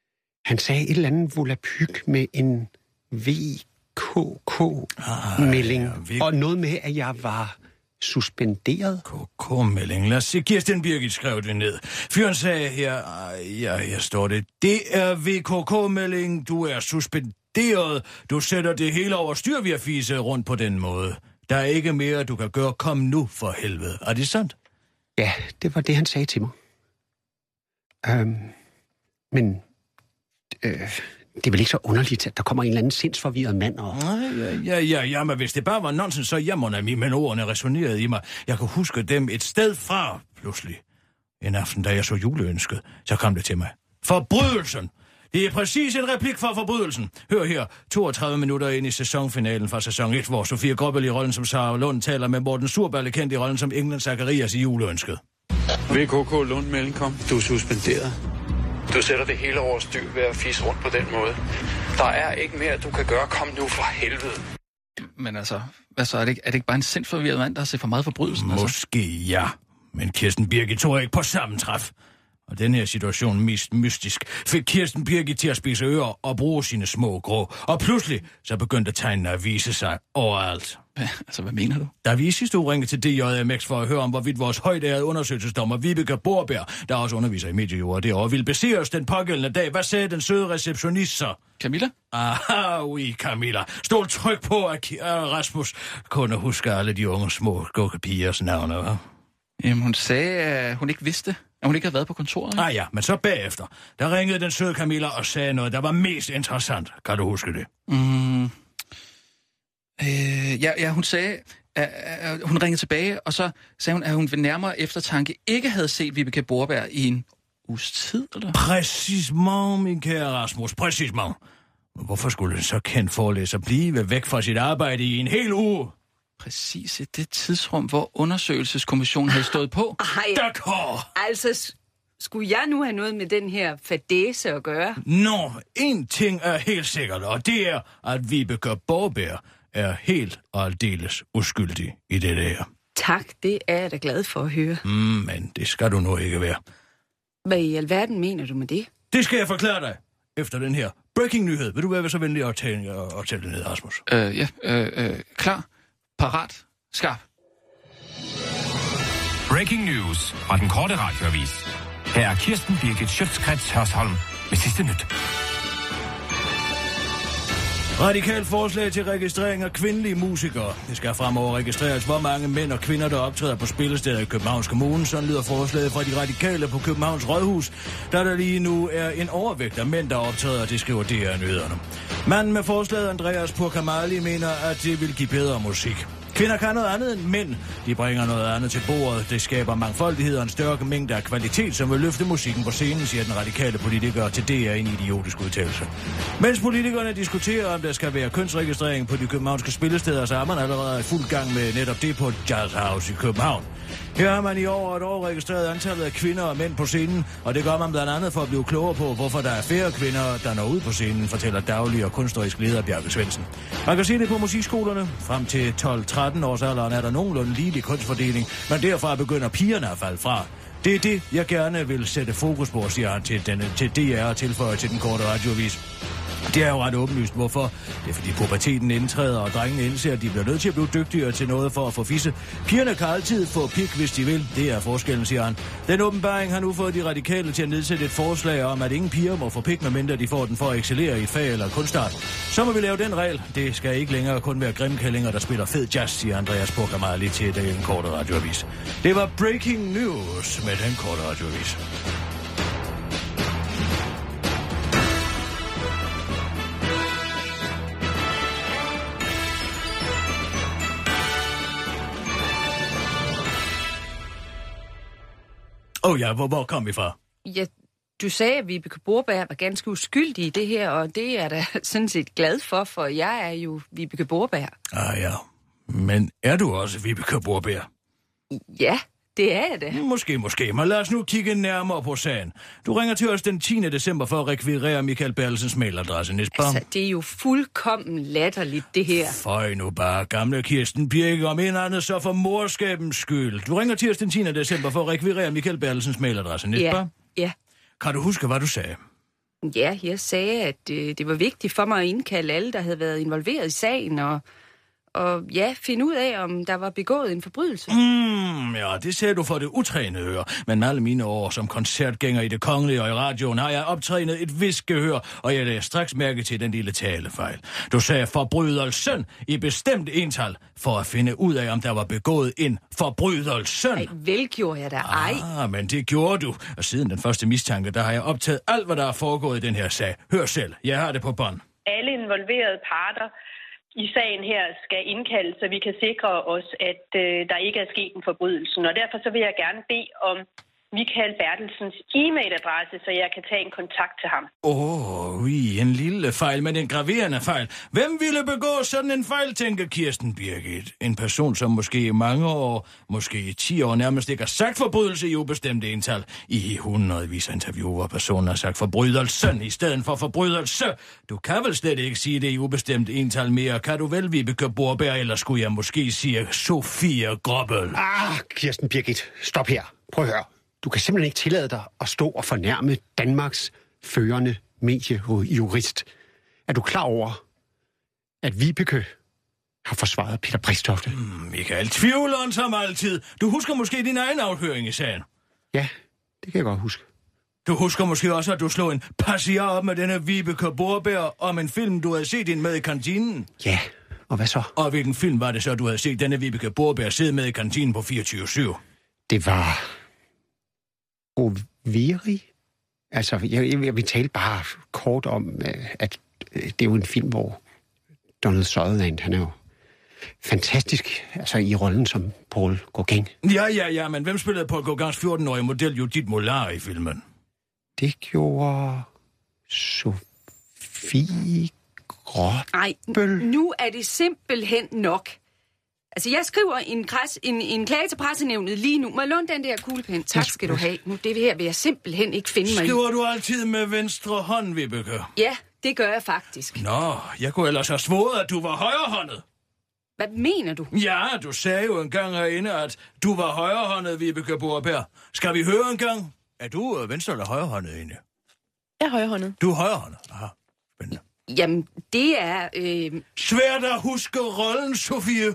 Han sagde et eller andet volapyk med en V K K-melding, ah, ja, og noget med, at jeg var suspenderet. K K-melding. Lad os se, Kirsten Birgit skrev det ned. Fyren sagde her, ja, her står det, det er V K K-melding, du er suspenderet, du sætter det hele over styr ved at fise rundt på den måde. Der er ikke mere, du kan gøre, kom nu for helvede. Er det sandt? Ja, det var det, han sagde til mig. Øhm, men øh, det er vel ikke så underligt, at der kommer en eller anden sindsforvirret mand og... Nej, ja, ja, ja, ja, men hvis det bare var nonsens, så jeg må nemlig, men ordene resonerede i mig. Jeg kunne huske dem et sted fra, pludselig. En aften, da jeg så juleønsket, så kom det til mig. Forbrydelsen! Det er præcis en replik for forbrydelsen. Hør her, toogtredive minutter ind i sæsonfinalen fra sæson et, hvor Sofie Gråbøl i rollen som Sara Lund taler med Morten Surballe kendt i rollen som England Zacharias i juleønsket. V K K Lund Mellemkom, du er suspenderet. Du sætter det hele over styr ved at fise rundt på den måde. Der er ikke mere, du kan gøre. Kom nu for helvede. Men altså, hvad så? Er det ikke, er det ikke bare en sindsforvirret mand, der har set for meget forbrydelsen? Måske altså? Ja, men Kirsten Birgit tog ikke på sammentræf. Og den her situation, mest mystisk, fik Kirsten Birgit til at spise ører og bruge sine små grå. Og pludselig så begyndte tegnene at vise sig overalt. Hvad? Altså, hvad mener du? Da vi i sidste uge ringede til D J M X for at høre om, hvorvidt vores højtærede undersøgelsesdommer Vibeke Borbjerg, der også underviser i mediejord derovre, ville bese os den pågældende dag. Hvad sagde den søde receptionist så? Camilla? Aha, oui, Camilla. Stol tryk på, at Rasmus kunne huske alle de unge små gukkepigers navne, hva'? Jamen, hun sagde, at hun ikke vidste, at hun ikke havde været på kontoret. Ikke? Ah ja, men så bagefter, der ringede den søde Camilla og sagde noget, der var mest interessant. Kan du huske det? Mm. Øh, ja, ja, hun sagde, at, at hun ringede tilbage, og så sagde hun, at hun ved nærmere eftertanke ikke havde set Vibeke Borbjerg i en uges tid, eller? Præcis, min kære Rasmus, præcis, mam. Hvorfor skulle en så kendt forelæser blive væk fra sit arbejde i en hel uge? Præcis i det tidsrum, hvor undersøgelseskommissionen havde stået på. Ej, altså, skulle jeg nu have noget med den her fadæse at gøre? Nå, en ting er helt sikkert, og det er, at Vibeke Borbjerg er helt og aldeles uskyldig i det der. Tak, det er jeg da glad for at høre. Mm, men det skal du nu ikke være. Hvad i alverden mener du med det? Det skal jeg forklare dig efter den her breaking-nyhed. Vil du være så venlig at tale, at tale det ned, Rasmus? Øh, ja, øh, øh, klar, parat, skarp. Breaking news fra den korte radioavis. Her er Kirsten Birgit Schøtzgrads Hørsholm med sidste nyt. Radikalt forslag til registrering af kvindelige musikere. Det skal fremover registreres, hvor mange mænd og kvinder, der optræder på spillesteder i Københavns Kommune. Sådan lyder forslaget fra de radikale på Københavns Rådhus, der der lige nu er en overvægt af mænd, der optræder, det skriver D R Nyhederne. Manden med forslaget, Andreas Purkamali, mener, at det vil give bedre musik. Kvinder kan noget andet end mænd. De bringer noget andet til bordet. Det skaber mangfoldighed og en større mængde af kvalitet, som vil løfte musikken på scenen, siger den radikale politiker til D R en idiotisk udtalelse. Mens politikerne diskuterer, om der skal være kønsregistrering på de københavnske spillesteder, så er man allerede i fuld gang med netop det på Jazz House i København. Her har man i over et år registreret antallet af kvinder og mænd på scenen, og det gør man blandt andet for at blive klogere på, hvorfor der er færre kvinder, der når ud på scenen, fortæller daglig og kunstnerisk leder Bjarke Svendsen. Man kan se det på musikskolerne. Frem til tolv tretten års alderen er der nogenlunde ligelig kunstfordeling, men derfra begynder pigerne at falde fra. Det er det, jeg gerne vil sætte fokus på, siger han til, denne, til D R og tilføjer til den korte radioavis. Det er jo ret åbenlyst, hvorfor. Det er fordi puberteten indtræder, og drengene indser, at de bliver nødt til at blive dygtigere til noget for at få fisse. Pigerne kan altid få pik, hvis de vil. Det er forskellen, siger han. Den åbenbaring har nu fået de radikale til at nedsætte et forslag om, at ingen piger må få pik, medmindre de får den for at excellere i et fag eller kunstart. Så må vi lave den regel. Det skal ikke længere kun være grimkællinger, der spiller fed jazz, siger Andreas Purkamali til den korte radioavis. Det var breaking news med den korte radioavis. Åh oh ja, hvor, hvor kom vi fra? Ja, du sagde, at Vibeke Borbjerg var ganske uskyldig i det her, og det er jeg da sådan set glad for, for jeg er jo Vibeke Borbjerg. Ah ja, men er du også Vibeke Borbjerg? Ja, det er jeg da. Måske, måske, men lad os nu kigge nærmere på sagen. Du ringer til os den tiende december for at rekvirere Michael Bertelsens mailadresse, Nisbar. Altså, det er jo fuldkommen latterligt, det her. Føj nu bare, gamle Kirsten Birgit, om en andet så for morskabens skyld. Du ringer til os den tiende december for at rekvirere Michael Bertelsens mailadresse, Nisbar. Ja, ja. Kan du huske, hvad du sagde? Ja, jeg sagde, at øh, det var vigtigt for mig at indkalde alle, der havde været involveret i sagen, og, og ja, finde ud af, om der var begået en forbrydelse. Mm, ja, det ser du for det utrænede øre. Men med alle mine år som koncertgænger i det kongelige og i radioen har jeg optrænet et vist gehør, og jeg lagde straks mærke til den lille talefejl. Du sagde forbrydelsen i bestemt ental, for at finde ud af, om der var begået en forbrydelse. Ej, vel gjorde jeg da ej. Ah, men det gjorde du. Og siden den første mistanke, der har jeg optaget alt, hvad der er foregået i den her sag. Hør selv, jeg har det på bånd. Alle involverede parter i sagen her skal indkaldes, så vi kan sikre os, at øh, der ikke er sket en forbrydelse. Og derfor så vil jeg gerne bede om Michael Bertelsens e-mailadresse, så jeg kan tage en kontakt til ham. Åh, oh, oui, en lille fejl, men en graverende fejl. Hvem ville begå sådan en fejl, tænker Kirsten Birgit? En person, som måske i mange år, måske i ti år, nærmest ikke har sagt forbrydelse i ubestemte ental. I hundredvis af interviewer, hvor personen har sagt forbrydelsen i stedet for forbrydelse. Du kan vel slet ikke sige det i ubestemt ental mere. Kan du vel, Vibeke Borberg, eller skulle jeg måske sige Sofie Grobbel? Ah, Kirsten Birgit, stop her. Prøv at høre. Du kan simpelthen ikke tillade dig at stå og fornærme Danmarks førende mediejurist. Er du klar over, at Vibeke har forsvaret Peter Brixtofte? Mm, Michael, tvivleren som altid. Du husker måske din egen afhøring i sagen? Ja, det kan jeg godt huske. Du husker måske også, at du slog en passiar op med denne Vibeke Borberg om en film, du havde set ind med i kantinen? Ja, og hvad så? Og hvilken film var det så, du havde set denne Vibeke Borberg sidde med i kantinen på fireogtyve syv? Det var Overi. Altså, jeg, jeg, jeg vil tale bare kort om, at det er jo en film, hvor Donald Sutherland, han er jo fantastisk, altså i rollen som Paul Gauguin. Ja, ja, ja, men hvem spillede Paul Gauguins fjorten-årige model Judith Mollard i filmen? Det gjorde Sofie Grobbel. Nej, nu er det simpelthen nok. Altså, jeg skriver en, græs, en, en klage til pressenævnet lige nu. Må jeg låne den der kuglepen? Tak skal du have. Nu, det her vil jeg simpelthen ikke finde mig i. Skriver du altid med venstre hånd, Vibeke? Ja, det gør jeg faktisk. Nå, jeg kunne ellers have svoret, at du var højrehåndet. Hvad mener du? Ja, du sagde jo engang herinde, at du var højrehåndet, Vibeke Borberg. Skal vi høre en gang? Er du venstre eller højrehåndet egentlig? Jeg er højrehåndet. Du er højrehåndet? Aha, spændende. Jamen, det er... Øh... Svært at huske rollen, Sofie.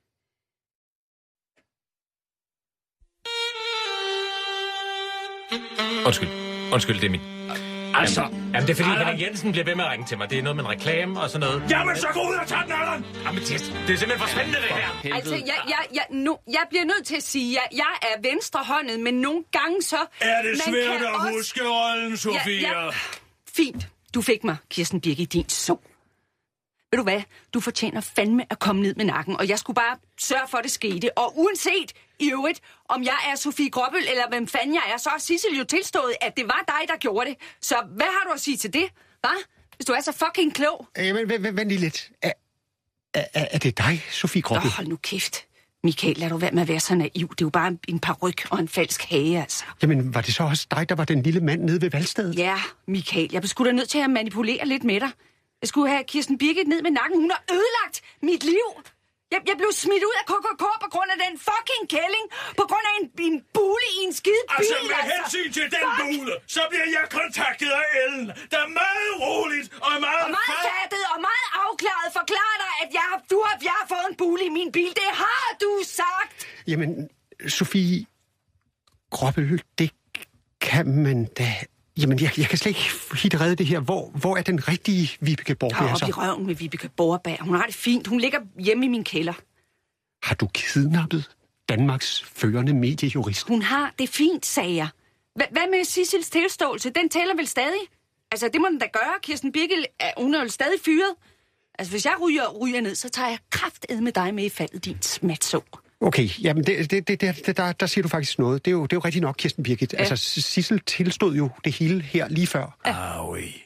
Undskyld. Undskyld, det er min... Altså... Jamen, det er fordi, Henrik Jensen bliver ved med at ringe til mig. Det er noget med en reklame og sådan noget. Jamen, så gå ud og tage den, Allan! Jamen, det er simpelthen for spændende, det her. Altså, jeg, jeg, jeg, nu, jeg bliver nødt til at sige, at jeg, jeg er venstrehåndet, men nogle gange så... Er det svært at også... huske rollen, Sofie? Ja, ja. Fint. Du fik mig, Kirsten Birgit, din så. Ved du hvad? Du fortjener fandme at komme ned med nakken, og jeg skulle bare sørge for, at det skete. Og uanset i øvrigt, om jeg er Sofie Grobbel, eller hvem fanden jeg er, så har Sissel jo tilstået, at det var dig, der gjorde det. Så hvad har du at sige til det, hva? Hvis du er så fucking klog. Jamen, vent, vent lige lidt. Er, er, er det dig, Sofie Grobbel? Åh, hold nu kæft. Michael, lad du være med at være så naiv. Det er jo bare en, en paryk og en falsk hage, altså. Jamen, var det så også dig, der var den lille mand nede ved valgstedet? Ja, Michael, jeg blev sgu da nødt til at manipulere lidt med dig. Jeg skulle have Kirsten Birgit ned med nakken. Hun har ødelagt mit liv. Jeg, jeg blev smidt ud af K K K på grund af den fucking kælling. På grund af en, en bule i en skide bil. Altså, med altså. hensyn til den Fuck. bule, så bliver jeg kontaktet af Ellen, der er meget roligt og meget... Og meget fattet og meget afklaret forklarer dig, at jeg, du har, jeg har fået en bule i min bil. Det har du sagt. Jamen, Sofie Grobbel, det kan man da... Jamen, jeg, jeg kan slet ikke helt redde det her. Hvor, hvor er den rigtige Vibeke Borberg? Jeg er oppe i røven med Vibeke Borberg. Hun har det fint. Hun ligger hjemme i min kælder. Har du kidnappet Danmarks førende mediejurist? Hun har det fint, sagde jeg. H- hvad med Sissels tilståelse? Den tæller vel stadig? Altså, det må den da gøre. Kirsten Birgit, hun er jo stadig fyret. Altså, hvis jeg ryger, ryger ned, så tager jeg kraftedme med dig med i faldet, din smatså. Okay, jamen det, det, det, det, der, der siger du faktisk noget. Det er jo, det er jo rigtig nok, Kirsten Birgit. Ja. Altså, Sissel tilstod jo det hele her lige før. Ja. Aui.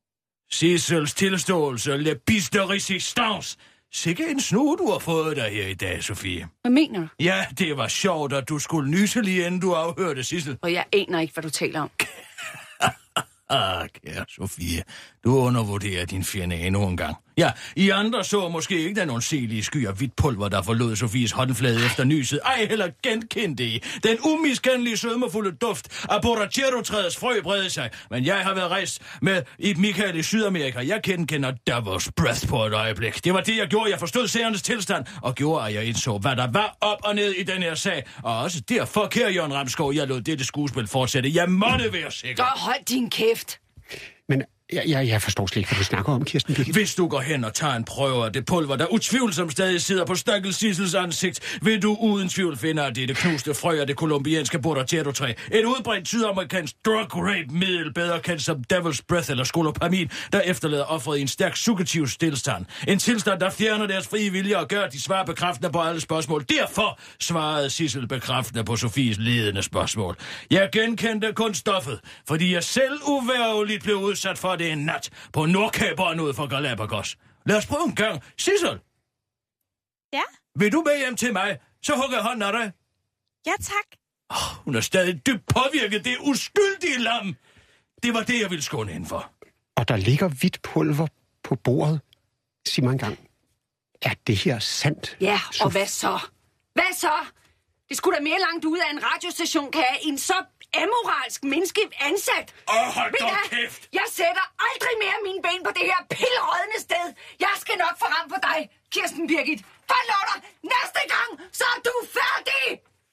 Sissels tilståelse, le piste de resistance. Sikke en snu, du har fået dig her i dag, Sofie. Hvad mener du? Ja, det var sjovt, at du skulle nyse lige inden du afhørte Sissel. Og jeg aner ikke, hvad du taler om. Ah, kære Sofie. Du undervurderer din fjende endnu en gang. Ja, I andre så måske ikke den ondselige sky af hvidt pulver, der forlod Sofies håndflade efter nyset. Ej, heller genkendte I. Den umiskendelige sødmefulde duft af borrachero-træets frø brede sig. Men jeg har været rejst med i Michael i Sydamerika. Jeg kender Devil's Breath på et øjeblik. Det var det, jeg gjorde. Jeg forstod seernes tilstand, og gjorde, at jeg indså, hvad der var op og ned i den her sag. Og også derfor, kære Jørgen Ramskov, jeg lod dette skuespil fortsætte. Jeg måtte være sikker. Så hold din kæft. Men jeg, jeg, jeg forstår slet ikke, hvad du snakker om, Kirsten Birgit. Hvis du går hen og tager en prøve af det pulver, der utvivlsomt stadig sidder på Stakkels Sissels ansigt, vil du uden tvivl finde, at det er det knuste frø af det kolumbianske borrachero-træ. Et udbredt sydamerikansk drug-rape-middel, bedre kendt som Devil's Breath eller skolopamin, der efterlader offeret i en stærk suggestiv stillstand. En tilstand, der fjerner deres frie vilje og gør, at de svarer bekræftende på alle spørgsmål. Derfor svarede Sissel bekræftende på Sofies ledende spørgsmål. Jeg genkendte kun stoffet, fordi jeg selv uværgeligt blev udsat for det en nat på Nordkaberen ud for Galapagos. Lad os prøve en gang. Sissel! Ja? Vil du med hjem til mig? Så hugger jeg hånden af dig. Ja, tak. Oh, hun er stadig dybt påvirket. Det er uskyldige lam. Det var det, jeg ville skåne hende for. Og der ligger hvidt pulver på bordet. Sig mig engang, er det her sandt? Ja, og hvad så? Hvad så? Det skulle da mere langt ud af en radiostation, kan have en så amoralsk menneske ansat. Åh, oh, hold da kæft! Jeg sætter aldrig mere mine ben på det her pillerødende sted. Jeg skal nok få ram på dig, Kirsten Birgit. Forlov dig! Næste gang, så er du færdig!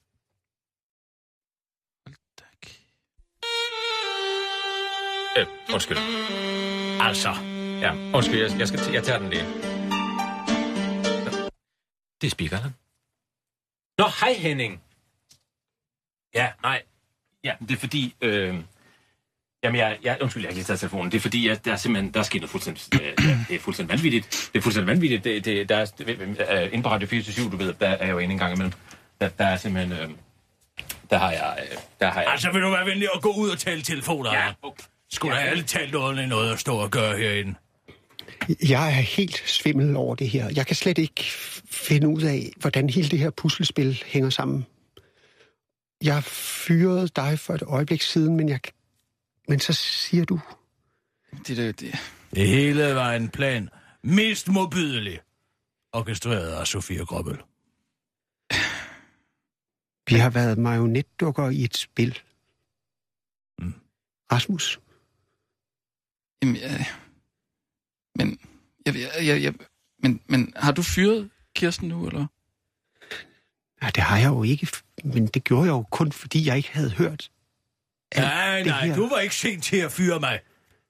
Øh, undskyld. Altså. Ja, undskyld, jeg, jeg, skal t- jeg tager den lige. Det er speakeren. Nå, hej Henning. Ja, nej. Ja, det er fordi... Øh... Jamen, jeg, jeg, undskyld, jeg har ikke lige taget telefonen. Det er fordi, at der er simpelthen... Der er sket noget fuldstændig... Øh, det er fuldstændig vanvittigt. Det er fuldstændig vanvittigt. Det, det, der er... Øh, inde på Radio fireogtyve syv, du ved, der er jeg jo inde en gang imellem. Der, der er simpelthen... Øh, der har jeg... Øh, der har jeg... Altså, vil du være venlig at gå ud og tale telefoner? Ja, okay. Skulle der alle talt noget, noget at stå og gøre herinde? Jeg er helt svimmel over det her. Jeg kan slet ikke finde ud af, hvordan hele det her puslespil hænger sammen. Jeg fyrede dig for et øjeblik siden, men jeg... Men så siger du... Det, det, det. Det hele var en plan. Mest modbydelig. Orkestreret af Sofie Gråbøl. Vi har været marionetdukker i et spil. Mm. Rasmus? Jamen, jeg... Men... Jeg, jeg, jeg, jeg, men, men har du fyret Kirsten nu, eller? Ja, det har jeg jo ikke. Men det gjorde jeg jo kun, fordi jeg ikke havde hørt. Nej, nej, her. Du var ikke sent til at fyre mig.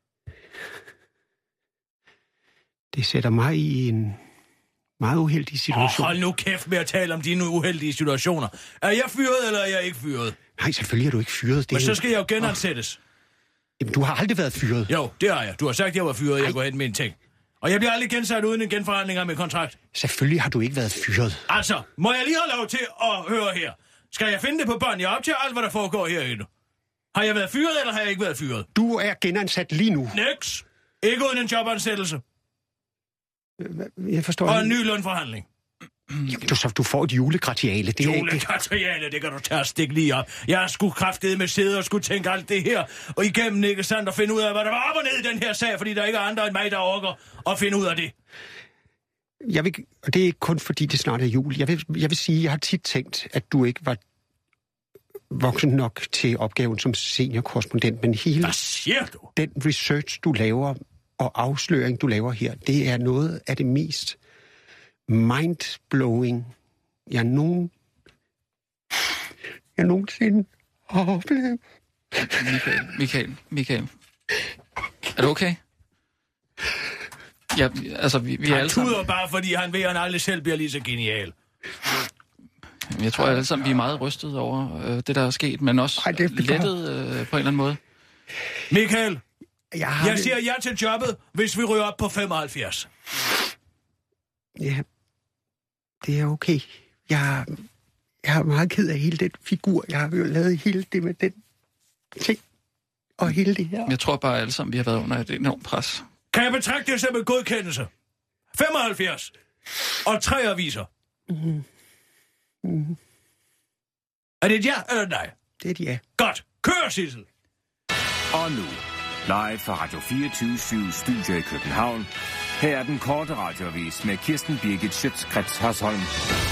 Det sætter mig i en meget uheldig situation. Oh, hold nu kæft med at tale om dine uheldige situationer. Er jeg fyret, eller er jeg ikke fyret? Nej, selvfølgelig er du ikke fyret. Det Men så en... skal jeg jo genansættes. Oh. Jamen, du har aldrig været fyret. Jo, det har jeg. Du har sagt, at jeg var fyret, jeg går hen med en ting. Og jeg bliver aldrig gensat uden en genforhandling af min kontrakt. Selvfølgelig har du ikke været fyret. Altså, må jeg lige have lov til at høre her? Skal jeg finde det på bånd? Jeg optager alt, hvad der foregår herinde. Har jeg været fyret, eller har jeg ikke været fyret? Du er genansat lige nu. Niks. Ikke uden en jobansættelse. Jeg forstår Og en ny lønforhandling. Jamen, du, så, du får et julegratiale. Det julegratiale, det... det kan du tage og stikke lige op. Jeg har sgu kraftedet med sæde og skulle tænke alt det her. Og igennem, ikke sandt, og finde ud af, hvad der var op og ned i den her sag, fordi der ikke er andre end mig, der orker at finde ud af det. Jeg vil, og det er ikke kun fordi, det snart er jul. Jeg vil, jeg vil sige, jeg har tit tænkt, at du ikke var voksen nok til opgaven som seniorkorrespondent, men hele hvad siger du? Den research, du laver, og afsløring, du laver her, det er noget af det mest mind-blowing, jeg nogen jeg nogensinde har oplevet. Michael, Michael, Michael. Er du okay? Ja, altså, vi, vi er alle sammen... Han tuder bare, fordi han ved, at han aldrig selv bliver lige så genial. Jeg tror alle sammen, vi er meget rystet over øh, det, der er sket, men også Ej, det lettet øh, på en eller anden måde. Michael, jeg, har... jeg siger ja til jobbet, hvis vi ryger op på femoghalvfjerds. Ja, det er okay. Jeg, jeg er meget ked af hele den figur. Jeg har jo lavet hele det med den ting og hele det her. Jeg tror bare alle sammen, vi har været under et enormt pres. Kan jeg betragte det som en godkendelse? femoghalvfjerds og tre aviser. Mm. Mm. Er det et ja eller nej? Det er et ja. Godt. Kør, Sissel. Og nu, Live fra Radio fireogtyve syv Studio i København. Her er den korte radioavis med Kirsten Birgit Schøtz-Krets Hørsholm.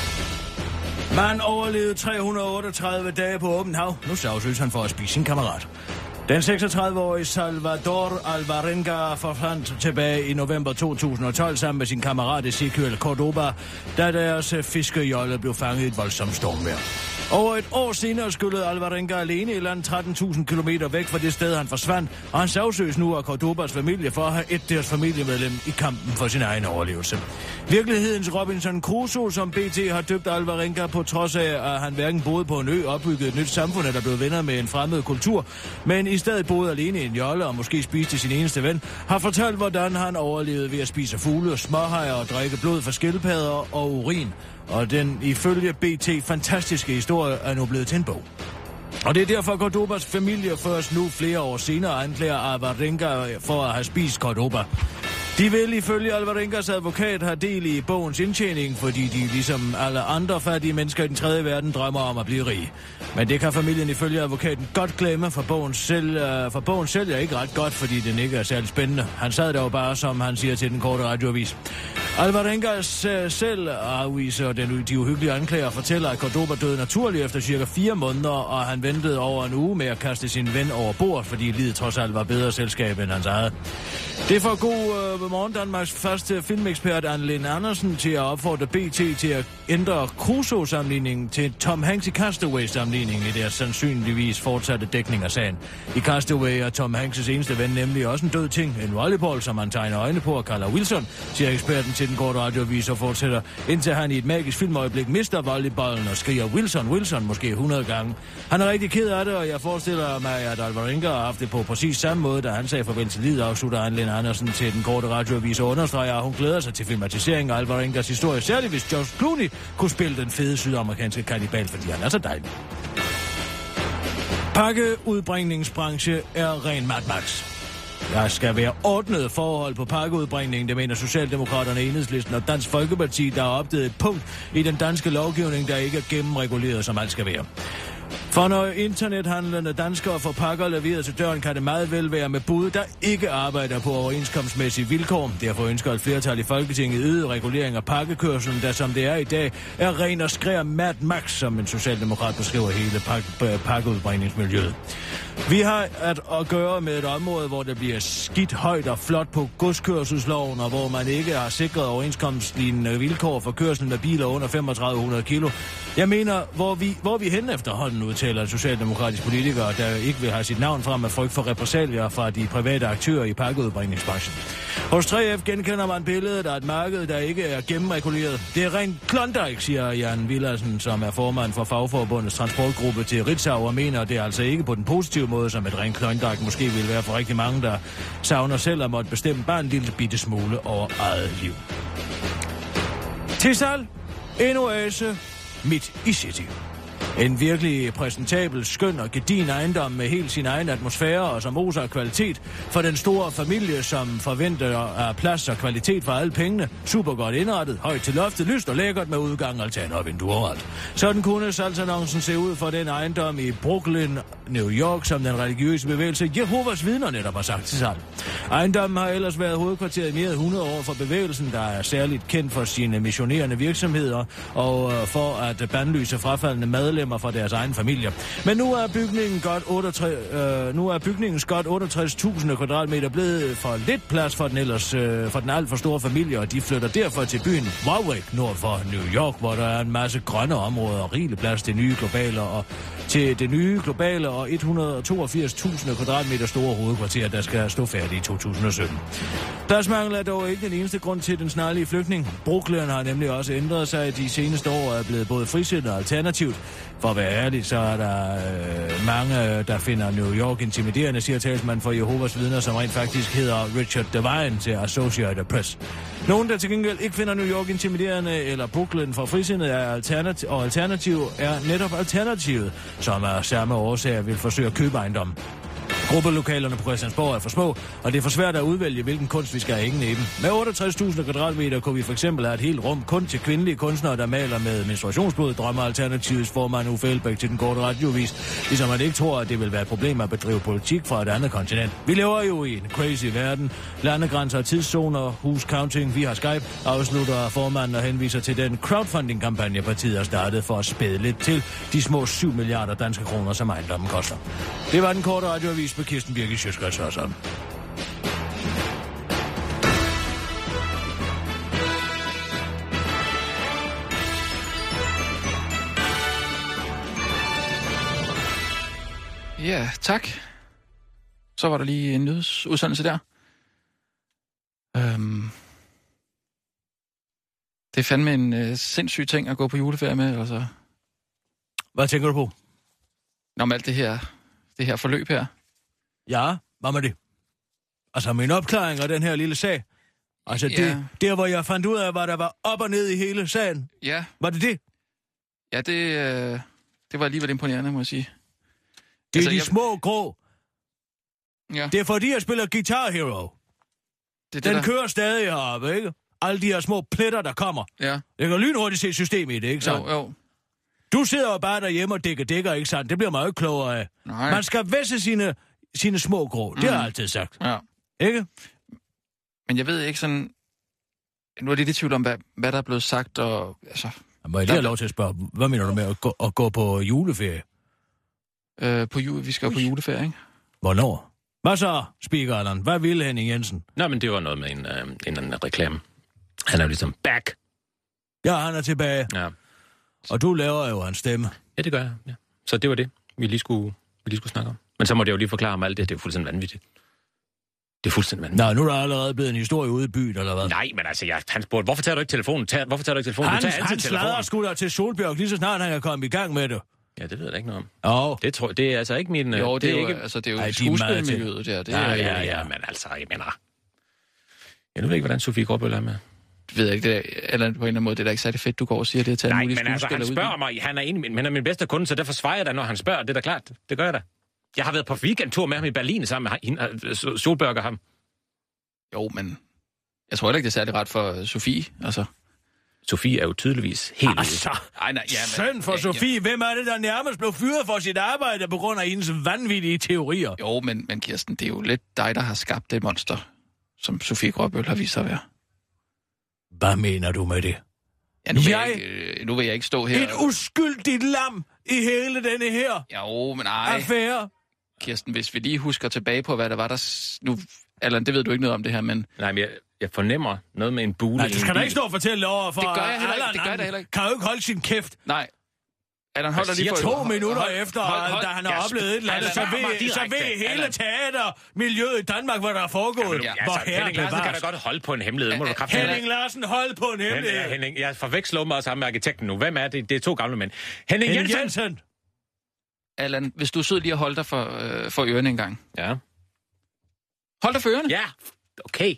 Man overlevede tre hundrede og otteogtredive dage på åbent hav. Nu sagsøges han for at spise sin kammerat. Den seksogtredive-årige Salvador Alvarenga forfandt tilbage i november to tusind og tolv sammen med sin kammerat Ezequiel Cordoba, da deres fiskejolle blev fanget i et voldsomt stormvejr. Over et år senere skyllede Alvarenga alene i land tretten tusind kilometer væk fra det sted, han forsvandt, og han sagsøges nu af Cordobas familie for at have et deres familiemedlem i kampen for sin egen overlevelse. Virkelighedens Robinson Crusoe, som B T har døbt Alvarenga på trods af, at han hverken boede på en ø, opbygget et nyt samfund eller blev venner med en fremmed kultur, men i stedet boede alene i en jolle og måske spiste sin eneste ven, har fortalt, hvordan han overlevede ved at spise fugle og småhajer og drikke blod fra skildpadder og urin. Og den ifølge B T fantastiske historie er nu blevet til en bog. Og det er derfor Cordobas familie først nu flere år senere anklager Alvarenga for at have spist Cordoba. De vil ifølge Alvarengas advokat have del i bogens indtjening, fordi de ligesom alle andre fattige mennesker i den tredje verden drømmer om at blive rige. Men det kan familien ifølge advokaten godt glemme, for bogen selv, uh, for bogen selv er ikke ret godt, fordi den ikke er særlig spændende. Han sad der jo bare, som han siger til den korte radioavis. Alvarengas uh, selv afviser den, de uhyggelige anklager, fortæller, at Cordoba døde naturligt efter cirka fire måneder, og han ventede over en uge med at kaste sin ven over bord, fordi livet trods alt var bedre selskab end hans eget. Det får god uh, morgen Danmarks første filmekspert Anne-Lene Andersen til at opfordre B T til at ændre Crusoe-sammenligningen til Tom Hanks i Castaway-sammenligningen i deres sandsynligvis fortsatte dækning af sagen. I Castaway er Tom Hanks' eneste ven nemlig også en død ting, en volleyball, som han tegner øjne på og kalder Wilson, siger eksperten til den korte radioavis og fortsætter, indtil han i et magisk filmøjeblik mister volleyballen og skriger Wilson, Wilson måske hundrede gange. Han er rigtig ked af det, og jeg forestiller mig, at Alvarenga har haft det på præcis samme måde, da han sagde farvel til livet, afslutter Anne-Lene Andersen til den korte radioavis og understreger, at hun glæder sig til filmatiseringen af Alvarengas historie, særligt hvis George Clooney kunne spille den fede sydamerikanske kannibal, fordi han er så dejlig. Pakkeudbringningsbranche er ren Mad Max. Der skal være ordnede forhold på pakkeudbringningen, det mener Socialdemokraterne, Enhedslisten og Dansk Folkeparti, der har opdaget et punkt i den danske lovgivning, der ikke er gennemreguleret, som alt skal være. For når internethandlende danskere får pakker leveret til døren, kan det meget vel være med bud, der ikke arbejder på overenskomstmæssige vilkår. Derfor ønsker et flertal i Folketinget øget regulering af pakkekørslen, der som det er i dag, er ren og skær Mad Max, som en socialdemokrat beskriver hele pak- pakkeudbringningsmiljøet. Vi har at, at gøre med et område, hvor det bliver skidt højt og flot på godskørselsloven, og hvor man ikke har sikret overenskomstlignende vilkår for kørsel med biler under femogtredive hundrede kilo. Jeg mener, hvor vi, hvor vi hen efterhånden, udtaler socialdemokratiske politikere, der ikke vil have sit navn frem af frygt for repressalier fra de private aktører i pakkeudbringningsbranchen. Hos tre F genkender man billedet af et marked, der ikke er gennemreguleret. Det er rent klondike, siger Jan Villadsen, som er formand for Fagforbundets transportgruppe til Ritzau, og mener, det er altså ikke på den positive måde, som et rent klondike måske vil være for rigtig mange, der savner selv at måtte bestemme bare en lille bitte smule over eget liv. Til salg, en oase midt i City. En virkelig præsentabel, skøn og gedigen ejendom med helt sin egen atmosfære og som oser af kvalitet for den store familie, som forventer af plads og kvalitet for alle pengene. Super godt indrettet, højt til loftet, lyst og lækkert med udgang, altan og vinduer overalt. Sådan kunne salgsannoncen se ud for den ejendom i Brooklyn, New York, som den religiøse bevægelse Jehovas Vidner netop har sagt til salg. Ejendommen har ellers været hovedkvarteret i mere end hundrede år for bevægelsen, der er særligt kendt for sine missionerende virksomheder og for at bandlyse frafaldende medlemmer fra deres egen familie. Men nu er bygningen godt otteogtres, øh, nu er bygningens godt otteogtres tusind kvadratmeter blevet for lidt plads for den ellers øh, for den alt for store familie, og de flytter derfor til byen Warwick nord for New York, hvor der er en masse grønne områder og rigelig plads til nye globale og til det nye globale og et hundrede og toogfirs tusind kvadratmeter store hovedkvarter, der skal stå færdigt i to tusind og sytten. Pladsmangel er dog ikke den eneste grund til den snarlige flygtning. Brooklyn har nemlig også ændret sig de seneste år og er blevet både frisindet og alternativt. For at være ærlig, så er der øh, mange, der finder New York intimiderende, siger talsmand for Jehovas Vidner, som rent faktisk hedder Richard Devine til Associated Press. Nogen, der til gengæld ikke finder New York intimiderende eller Brooklyn for frisindet er alternativ, og alternativ er netop alternativet, som af samme årsager vil forsøge at købe ejendommen. Gruppelokalerne på Christiansborg er for små, og det er for svært at udvælge, hvilken kunst vi skal have hængende i dem. Med otteogtres tusind kvadratmeter kunne vi for eksempel have et helt rum kun til kvindelige kunstnere, der maler med menstruationsblod, drømmer Alternativets formand Uffe Elbæk til den korte radiovis, ligesom man ikke tror, at det vil være et problem at bedrive politik fra et andet kontinent. Vi lever jo i en crazy verden. Landegrænser, tidszoner, huscounting, vi har Skype, afslutter formanden og henviser til den crowdfunding-kampagne, partiet har startet for at spæde lidt til de små syv milliarder danske kroner, som ejendommen koster. Det var den korte radioavis med Kirsten Birgit Sjøtskreds Hørsholm. Ja, tak. Så var der lige en nyhedsudsendelse der. Øhm. Det er fandme en øh, sindssyg ting at gå på juleferie med, altså. Hvad tænker du på? Nå, om alt det her, det her forløb her. Ja, hvad med det? Altså, min opklaring af den her lille sag. Altså, ja. det, der hvor jeg fandt ud af, hvad der var op og ned i hele sagen. Ja. Var det det? Ja, det, øh, det var alligevel imponerende, må jeg sige. Det er altså, de jeg... små grå. Ja. Det er fordi, jeg spiller Guitar Hero. Det, det den der... kører stadig heroppe, ikke? Alle de her små pletter, der kommer. Ja. Jeg kan lynhurtigt se systemet i det, ikke sandt? Jo, jo. Du sidder jo bare derhjemme og dækker dækker, ikke sandt? Det bliver man jo ikke klogere af. Nej. Man skal væsse sine, sine små grå. Det mm. har jeg altid sagt. Ja. Ikke? Men jeg ved ikke sådan... Nu er det lidt i tvivl om, hvad, hvad der er blevet sagt, og... Altså, må jeg lige have lov til at spørge, hvad mener du med at gå, at gå på juleferie? Øh, på ju- vi skal jo på juleferie, ikke? Hvornår? Hvad så, speaker Allan? Hvad ville Henning Jensen? Nå, men det var noget med en, øh, en, en reklame. Han er jo ligesom back. Ja, han er tilbage. Ja. Og du laver jo hans stemme. Ja, det gør jeg. Ja. Så det var det, vi lige, skulle, vi lige skulle snakke om. Men så må det jo lige forklare om alt det. Det er jo fuldstændig vanvittigt. Det er fuldstændig vanvittigt. Nå, nu er der allerede blevet en historie ude i byen, eller hvad? Nej, men altså, jeg, han spurgte, hvorfor tager du ikke telefonen? Tag, hvorfor tager du ikke telefonen? Han, du tager han slader sgu da til Solbjerg, lige så snart han kan komme i gang med det. Ja, det ved jeg ikke noget om. Oh. Det tror det er altså ikke min... Jo, det, det er jo, ikke... altså, det er jo Ej, skuespilmiljøet der. Det ja, er, ja, ja, ja, men altså, jeg mener... Jeg ved ikke, hvordan Sofie Gråbøl er med. Det ved jeg ikke, det er, eller på en eller anden måde, det er da ikke særlig fedt, du går og siger det til Nej, en mulig men altså, han spørger mig, han er, en, men han er min bedste kunde, så derfor svarer jeg da, når han spørger. Det er da klart, det gør jeg da. Jeg har været på weekendtur med ham i Berlin sammen med hende, Solberg og ham. Jo, men jeg tror ikke, det er særlig ret for Sofie, altså. Sofie er jo tydeligvis helt altså, ude. Ej, nej, ja, men, Søn for ja, Sofie, ja. Hvem er det, der nærmest blev fyret for sit arbejde på grund af hendes vanvittige teorier? Jo, men, men Kirsten, det er jo lidt dig, der har skabt det monster, som Sofie Gråbøl har vist sig at være. Hvad mener du med det? Ja, nu, vil jeg... jeg ikke, nu vil jeg ikke stå her... Et uskyldigt lam i hele denne her jo, men ej. affære. Kirsten, hvis vi lige husker tilbage på, hvad der var der... Nu, Allan, det ved du ikke noget om det her, men... Nej, men jeg, jeg fornemmer noget med en bule. Nej, du skal da ikke stå og fortælle over for... Det gør jeg heller ikke. Allan, Det gør jeg heller ikke. Kan jo ikke holde sin kæft. Nej. Allan holder lige for... to hold, minutter hold, efter, hold, hold, da han har oplevet et eller andet, så ved, så ved hele Allan. teatermiljøet i Danmark, hvad der er foregået. Ja, altså, Henning Larsen kan da godt holde på en hemmelighed. Må du Henning Larsen, hold på en hemmelighed. Henning, Henning, jeg forveksler mig også ham med arkitekten nu. Hvem er det? Det er to gamle mænd. Henning, Henning Jensen! Jensen. Allan, hvis du sidder lige og holder dig for, øh, for ørerne en gang. Ja. Hold dig for ørerne. Ja, okay.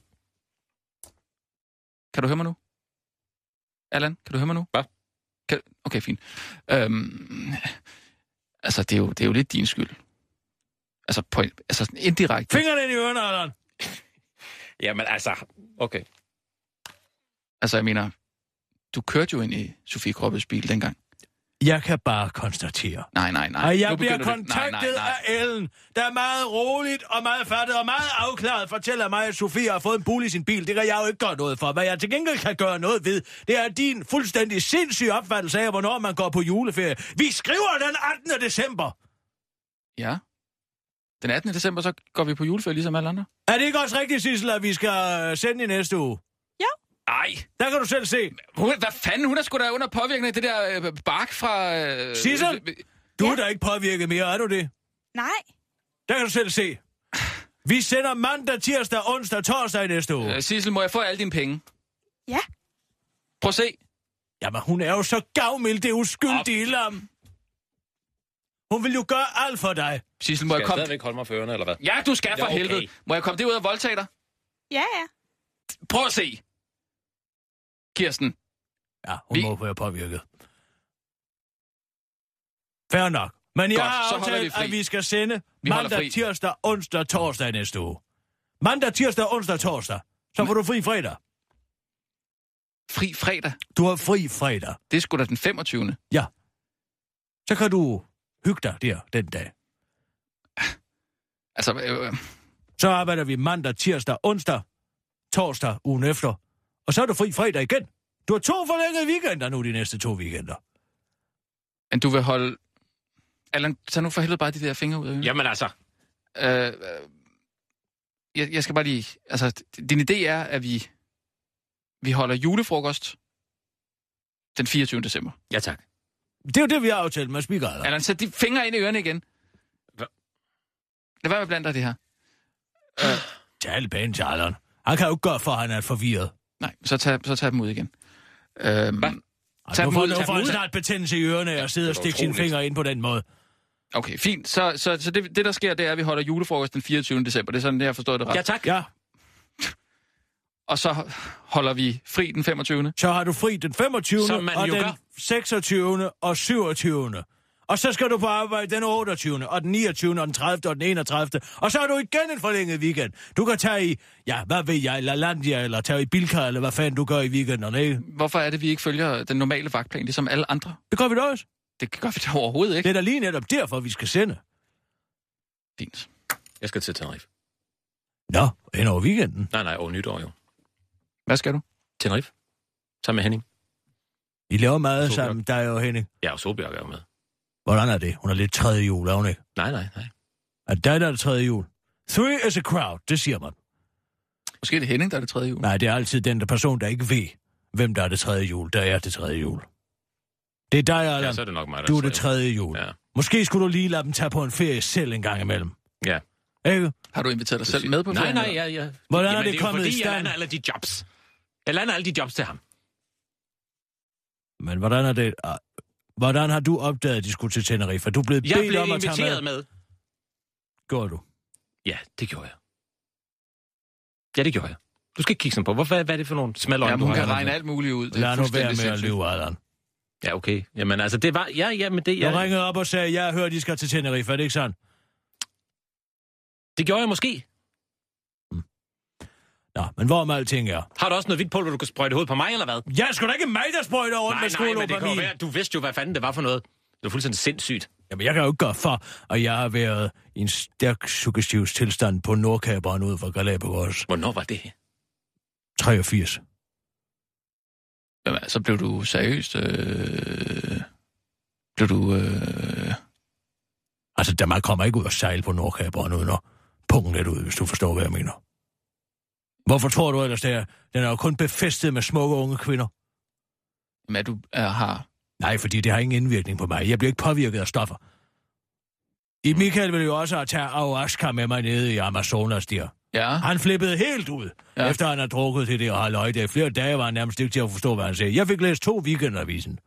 Kan du høre mig nu? Allan, kan du høre mig nu? Hvad? Kan... Okay, fint. Øhm... Altså, det er, jo, det er jo lidt din skyld. Altså, på, altså indirekte. Fingrene ind i ørerne, Allan. Jamen, altså, okay. Altså, jeg mener, du kørte jo ind i Sofie Gråbøls bil dengang. Jeg kan bare konstatere. Nej, nej, nej. Og jeg nu bliver nej, kontaktet nej, nej. af Ellen, der er meget roligt og meget fattet og meget afklaret fortæller mig, at Sofie har fået en bule i sin bil. Det kan jeg jo ikke gøre noget for. Hvad jeg til gengæld kan gøre noget ved, det er din fuldstændig sindssyge opfattelse af, hvornår man går på juleferie. Vi skriver den attende december. Ja. Den attende december, så går vi på juleferie ligesom alle andre. Er det ikke også rigtigt, Sissel, at vi skal sende i næste uge? Ja. Nej. Der kan du selv se. Hun, hvad fanden? Hun er sgu da under påvirkning af det der øh, bark fra... Øh, Sissel, du ja. er da ikke påvirket mere, er du det? Nej. Der kan du selv se. Vi sender mandag, tirsdag, onsdag, torsdag i næste uge. Øh, Sissel, må jeg få alle dine penge? Ja. Prøv at se. Jamen, hun er jo så gavmild, det er uskyldige lam. Hun vil jo gøre alt for dig. Sissel, må skal jeg komme... jeg stadigvæk holde mig for ørerne, eller hvad? Ja, du skal for ja, okay. helvede. Må jeg komme det ud og voldtage dig? Ja, ja. Prøv at se. Kirsten. Ja, hun Vi... må være påvirket. Fair nok. Men jeg Godt, har så holder aftalt, vi fri. at vi skal sende Vi holder mandag, fri. tirsdag, onsdag, torsdag næste uge. Mandag, tirsdag, onsdag, torsdag. Så får du fri fredag. Fri fredag? Du har fri fredag. Det er sgu da den femogtyvende Ja. Så kan du hygge dig der den dag. Altså, øh... Så arbejder vi mandag, tirsdag, onsdag, torsdag ugen efter. Og så er du fri fredag igen. Du har to forlængede weekender nu de næste to weekender. Men du vil holde... Allan, tag nu for helvede bare de der fingre ud af øjnene. Jamen altså. Øh, øh, jeg, jeg skal bare lige... Altså, din idé er, at vi... Vi holder julefrokost den fireogtyvende december. Ja, tak. Det er jo det, vi har aftalt med Spikker. Allan, sæt de fingre ind i ørerne igen. Hva? Lad være med blandt dig det her. Øh. Tal pænt til Allan. Han kan jo ikke gøre for, at han er forvirret. Nej, så tag, så tag dem ud igen. Øhm, Hvad? Tag nu dem får, ud, nu tag får dem han ud. snart betændelse i ørerne og sidde og stikke sine fingre ind på den måde. Okay, fint. Så, så, så det, det, der sker, det er, at vi holder julefrokost den fireogtyvende december. Det er sådan, jeg har forstået det ret. Ja, tak. Ja. Og så holder vi fri den femogtyvende Så har du fri den femogtyvende Som man og jo den gør. seksogtyvende og syvogtyvende Og så skal du på arbejde den otteogtyvende og den niogtyvende og den tredivte og den enogtredivte Og så har du igen en forlænget weekend. Du kan tage i, ja, hvad ved jeg, LaLandia, eller tage i Bilka, eller hvad fanden du gør i weekenderne, ikke? Hvorfor er det, vi ikke følger den normale vagtplan, ligesom alle andre? Det gør vi da også. Det gør vi da overhovedet ikke. Det er da lige netop derfor, vi skal sende. Fint. Jeg skal til Tenerife. Nå, hen over weekenden. Nej, nej, over nytår jo. Hvad skal du? Tenerife. Sammen med Henning. I laver meget Solbjerg. sammen, dig og Henning. Ja, og Solbjerg er jo med. Hvordan er det? Hun er lidt tredje jul, er hun ikke? Nej, nej, nej. Er det dig, der er det tredje jul? Three is a crowd, det siger man. Måske er det Henning, der er det tredje jul. Nej, det er altid den der person, der ikke ved, hvem der er det tredje jul, der er det tredje jul. Det er dig, Allan. Ja, så er det nok mig, der Du er er det tredje jul. Ja. Måske skulle du lige lade dem tage på en ferie selv en gang imellem. Ja. Ikke? Har du inviteret dig selv med på Nej, ferien? nej, eller? ja, ja. Hvordan er Jamen, det det er jo kommet i fordi, stand? jeg lander alle de jobs. Jeg lander alle de jobs til ham. Men hvordan er det... ah, Hvordan har du opdaget, at de skulle til Tenerife? Er du blevet Jeg bedt blev om at tage inviteret med? med. Gjorde du? Ja, det gjorde jeg. Ja, det gjorde jeg. Du skal ikke kigge sådan på. Hvorfor, hvad er det for nogle smalle øjne, Ja, du hun har? kan regne alt muligt ud. Det er Lad nu være fuldstændig med at sindssygt. lyve, Allan. Ja, okay. Jamen altså, det var... Ja, ja, men det... Jeg Jeg... ringede op og sagde, jeg hører, de skal til Tenerife. Er det ikke sådan? Det gjorde jeg måske. Nå, men hvor med alting er? Har du også noget hvidt på, hvor du kan sprøjte hovedet på mig, eller hvad? Jeg skulle da ikke mig, der sprøjter rundt Nej, med nej, men det kan jo skolopamin. være. Du vidste jo, hvad fanden det var for noget. Det var fuldstændig sindssygt. Jamen, jeg kan jo ikke gøre for, at jeg har været i en stærk suggestiv tilstand på Nordkaberen ud fra Galapagos. Hvornår var det? treogfirs. Jamen, så blev du seriøst... Øh... Blev du... Øh... Altså, der man kommer ikke ud og sejle på Nordkaberen uden at punge lidt ud, hvis du forstår, hvad jeg mener. Hvorfor tror du ellers, det er? Den er jo kun befæstet med smukke unge kvinder. Men du er, har... Nej, fordi det har ingen indvirkning på mig. Jeg bliver ikke påvirket af stoffer. I Michael ville jo også tage ayahuasca med mig nede i Amazonas der. Ja. Han flippede helt ud, ja. Efter han har drukket til det og har løg der. I flere dage var han nærmest ikke til at forstå, hvad han sagde. Jeg fik læst to weekendavisen.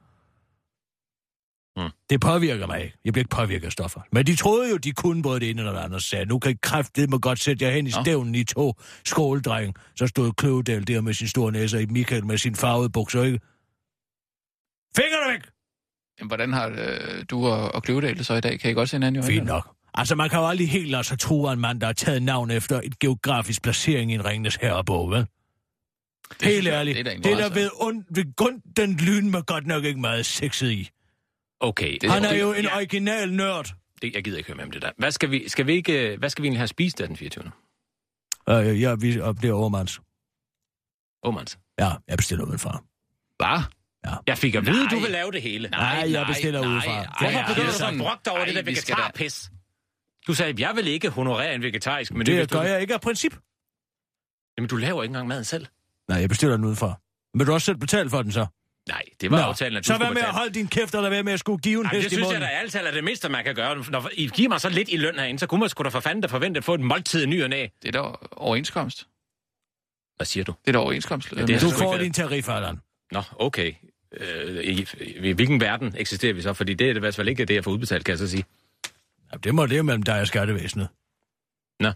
Hmm. Det påvirker mig ikke. Jeg bliver ikke påvirket af stoffer. Men de troede jo, de kunne både det ene og det andet. Sagde, nu kan I kraftedeme godt sætte jer hen i stævnen i to skåldreng. Så stod Kløvedal der med sin store næse, og Michael med sin farvede bukser, ikke? Fingrene væk! Jamen, hvordan har øh, du og, og Kløvedal det så i dag? Kan I godt se hinanden jo? Fint nok. Altså, man kan jo aldrig helt lade sig tro af en mand, der har taget navn efter et geografisk placering i en Ringenes Herrebog, vel? Det Helt jeg, ærligt. Det er, det er der ved, und, ved grund, den lyn med godt nok ikke meget sexet i. Okay. Det, Han er det, jo en ja. original nørd. Det, jeg gider ikke høre med om det der. Hvad skal vi, skal vi, ikke, hvad skal vi egentlig have spist der den fireogtyvende? Uh, ja, vi, og det er Overmans. Overmans? Ja, jeg bestiller udenfra. Hvad? Ja. Jeg fik at vide, du vil lave det hele. Nej, jeg bestiller nej, udefra. Nej, Hvorfor begynder du så at brokke dig over det der vegetarpis? Du sagde, jeg vil ikke honorere en vegetarisk menu. Det gør jeg ikke af princip. Jamen, du laver ikke engang maden selv. Nej, jeg bestiller den udefra. Vil du også selv betale for den så? Nej, det var Nå, aftalen, at du så skulle hvad med betale. at holde din kæft, eller hvad med at skulle give en Ej, hest det i synes munden? jeg da altid er det mindste, man kan gøre. Når I giver mig så lidt i løn herinde, så kunne man sgu da for fanden da forvente at få et måltid ny og næ. Det er da overenskomst. Hvad siger du? Det er da overenskomst. Ja, det er du sgu får ikke din tarif, Allan. Nå, okay. Øh, i, i, I hvilken verden eksisterer vi så? Fordi det er det i hvert fald ikke det, jeg får udbetalt, kan jeg så sige. Ja, det må det jo mellem dig og skattevæsenet. Nå.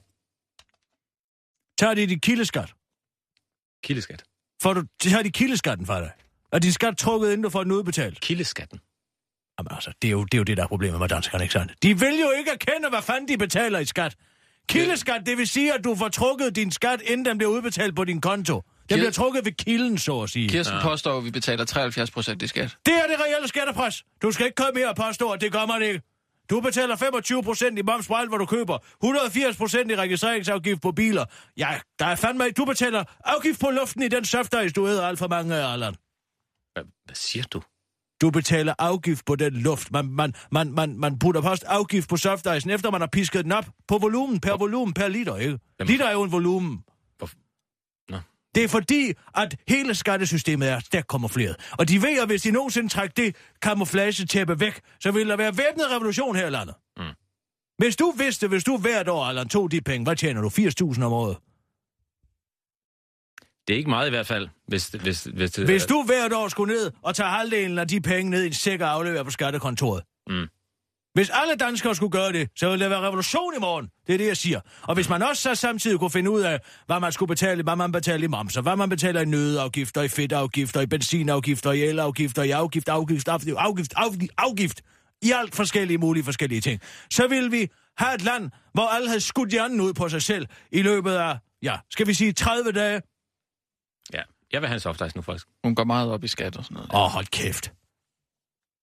Tager de dit kildeskat? Kildeskat? Får du, tager de kildeskatten fra dig? Er din skat trukket, inden du får den udbetalt? Kildeskatten? Jamen altså, det er, jo, det er jo det, der er problemet med danskerne, ikke sandt? De vil jo ikke erkende, hvad fanden de betaler i skat. Kildeskat, det vil sige, at du får trukket din skat, inden den bliver udbetalt på din konto. Den Kir- bliver trukket ved kilden, så at sige. Kirsten ja. påstår, at vi betaler treoghalvfjerds procent i skat. Det er det reelle skattepres. Du skal ikke komme mere og påstå, at det gør man ikke. Du betaler femogtyve procent i moms på alt, hvad du køber. et hundrede og firs procent i registreringsafgift på biler. Ja, der er fandme ikke. Du betaler afgift på luften i den softice, du æder alt for mange af, Allan. Hvad, hvad siger du? Du betaler afgift på den luft. Man, man, man, man, man putter først afgift på softicen, efter man har pisket den op på volumen, per volumen, per liter, ikke? Jamen. Liter er jo en volumen. Nå. Det er fordi, at hele skattesystemet er stærkt kamufleret. Og de ved, at hvis de nogensinde trækker det kamuflagetæppe væk, så vil der være væbnet revolution her i landet. Mm. Hvis du vidste, hvis du hvert år eller tog de penge, hvad tjener du? firs tusind om året? Det er ikke meget i hvert fald, hvis... Hvis, hvis, det, hvis du hvert år skulle ned og tage halvdelen af de penge ned i en sæk og aflevere på skattekontoret. Mm. Hvis alle danskere skulle gøre det, så ville der være revolution i morgen. Det er det, jeg siger. Og hvis man også så samtidig kunne finde ud af, hvad man skulle betale, hvad man betaler i moms, og hvad man betaler i nøddeafgifter, i fedtafgifter, i benzinafgifter, i elafgifter, i afgift, afgift, afgift, afgift, afgift, afgift, i alt forskellige mulige forskellige ting, så ville vi have et land, hvor alle havde skudt hjernen ud på sig selv i løbet af, ja, skal vi sige tredive dage. Ja, jeg vil have en softice nu, faktisk. Hun går meget op i skat og sådan noget. Åh, oh, hold kæft.